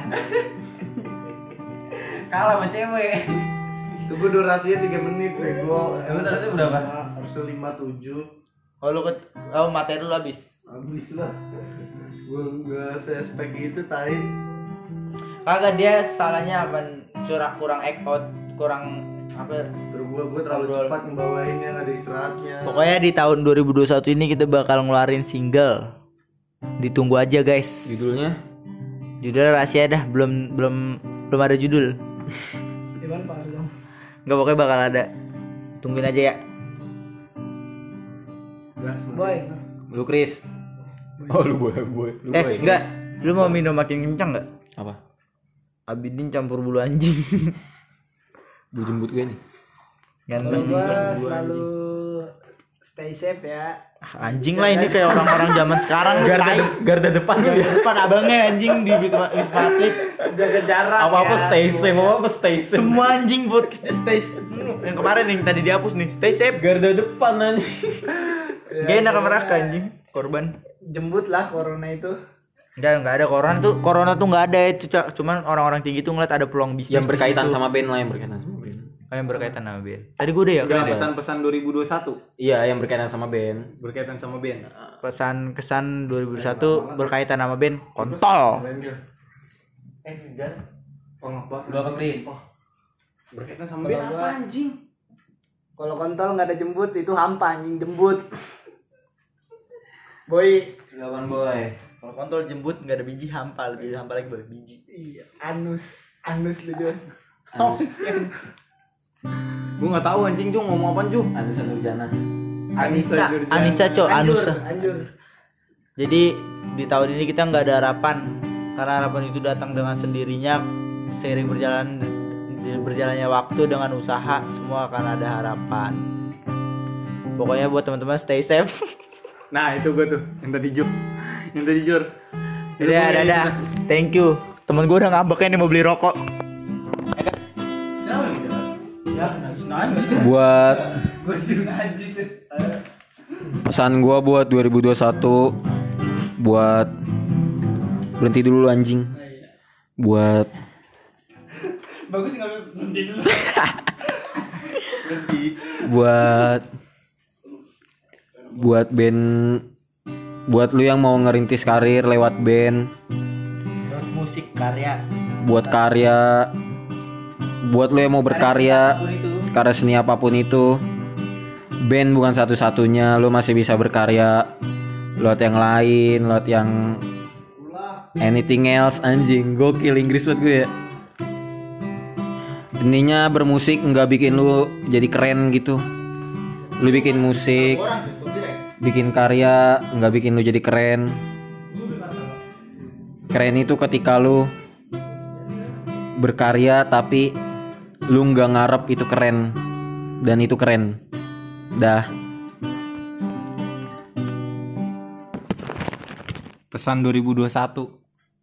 Kalah sama cewek. Tunggu durasinya 3 menit bego. Emang durasinya berapa? Harusnya 5-7. Oh materi lu habis. Habis lah. Gue nggak se-spek itu tai. Kagak, dia salahnya apa? Kurang act out, kurang apa? Terus gue terlalu Ngobrol. cepat ngebawain yang ada istirahatnya. Pokoknya di tahun 2021 ini kita bakal ngeluarin single. Ditunggu aja guys. Judulnya? Judulnya rahasia dah, belum ada judul. Gimana Pak Dong? Enggak, pokoknya bakal ada. Tungguin aja ya. Gas, Boy. Lu Chris. Oh lu boy. Lu boy. Enggak. Lu mau minum makin kencang enggak? Apa? Abidin campur bulu anjing. Bulu jembut gue nih. Kalau Ganteng. gua selalu stay safe ya. Anjing lah ini kayak orang-orang zaman sekarang. Garda depan lu ya. Depan abangnya anjing di Wisma Atlet. Jaga jarak. Apa-apa ya. stay safe, apa-apa stay safe. Semua anjing podcastnya stay safe. Yang kemarin yang tadi dihapus nih, stay safe. Garda depan aja. Gak enak sama Raka anjing. Korban. Jembut lah corona itu. Enggak ada corona tuh enggak ada itu, cuman orang-orang tinggi tuh ngeliat ada peluang bisnis Yang di berkaitan situ. sama band lah, yang berkaitan sama band. Oh, yang berkaitan sama band. Tadi gue udah ya. Udah keren ya? pesan-pesan 2021 Iya, yang berkaitan sama band. berkaitan sama band. Pesan kesan 2021 berkaitan sama band kontol. Enggak. Oh apa? Lu apa, Chris? Berkaitan sama Kalau band gua- apa anjing? Kalau kontol nggak ada jembut itu hampa anjing jembut. Boy, Silakan boy. Kalau kontol jembut enggak ada biji, hampa, lebih hampa lagi boy, biji. iya, anus lu Jon. Gua nggak tahu anjing Jung ngomong apaan Jung. Anissa Nurjana. Anissa, Cok, Anusa. Anjur. Jadi di tahun ini kita nggak ada harapan, karena harapan itu datang dengan sendirinya seiring berjalannya waktu dengan usaha, semua akan ada harapan. Pokoknya buat teman-teman stay safe. Nah itu gua tuh yang tadi Jung. Yang tadi Jur. Ya, dadah. Thank you. Temen gue udah ngambeknya nih mau beli rokok. Buat pesan gua buat 2021 buat berhenti dulu anjing. Buat Bagus enggak berhenti dulu. buat band, buat lu yang mau ngerintis karir lewat band, Musik karya. buat karya, buat lu yang mau berkarya, karya seni apapun itu, band bukan satu-satunya. Lu masih bisa berkarya lewat yang lain, lewat yang anything else. Anjing, gokil Inggris buat gue ya. Intinya bermusik nggak bikin lu jadi keren gitu. Lu bikin musik, bikin karya nggak bikin lu jadi keren. Keren itu ketika lu berkarya tapi lu nggak ngarep itu keren, dan itu keren. Dah. Pesan 2021.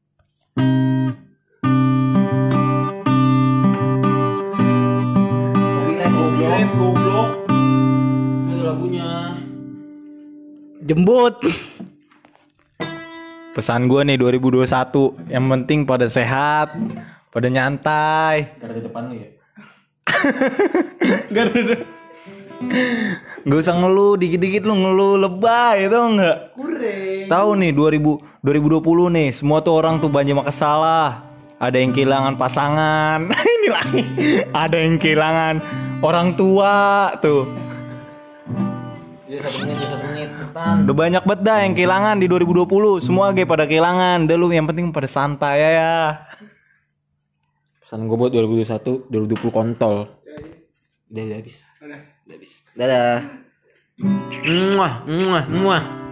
Goblok. Itu lagunya. Jembut. Pesan gue nih 2021, yang penting pada sehat, pada nyantai. Garda depan lu ya. Gak usah ngeluh, dikit-dikit lu ngeluh lebay, tau nggak? Tahu nih 2020 nih, semua tuh orang tuh banyak masalah. Ada yang kehilangan pasangan, ini lagi. Ada yang kehilangan orang tua tuh. 1 menit cepetan. Udah banyak banget dah yang kehilangan di 2020. Semua ge pada kehilangan. Udah lu yang penting pada santai ya. Pesan gue buat 2021, 2020 kontol. Udah habis. Udah habis. Dadah. Muah.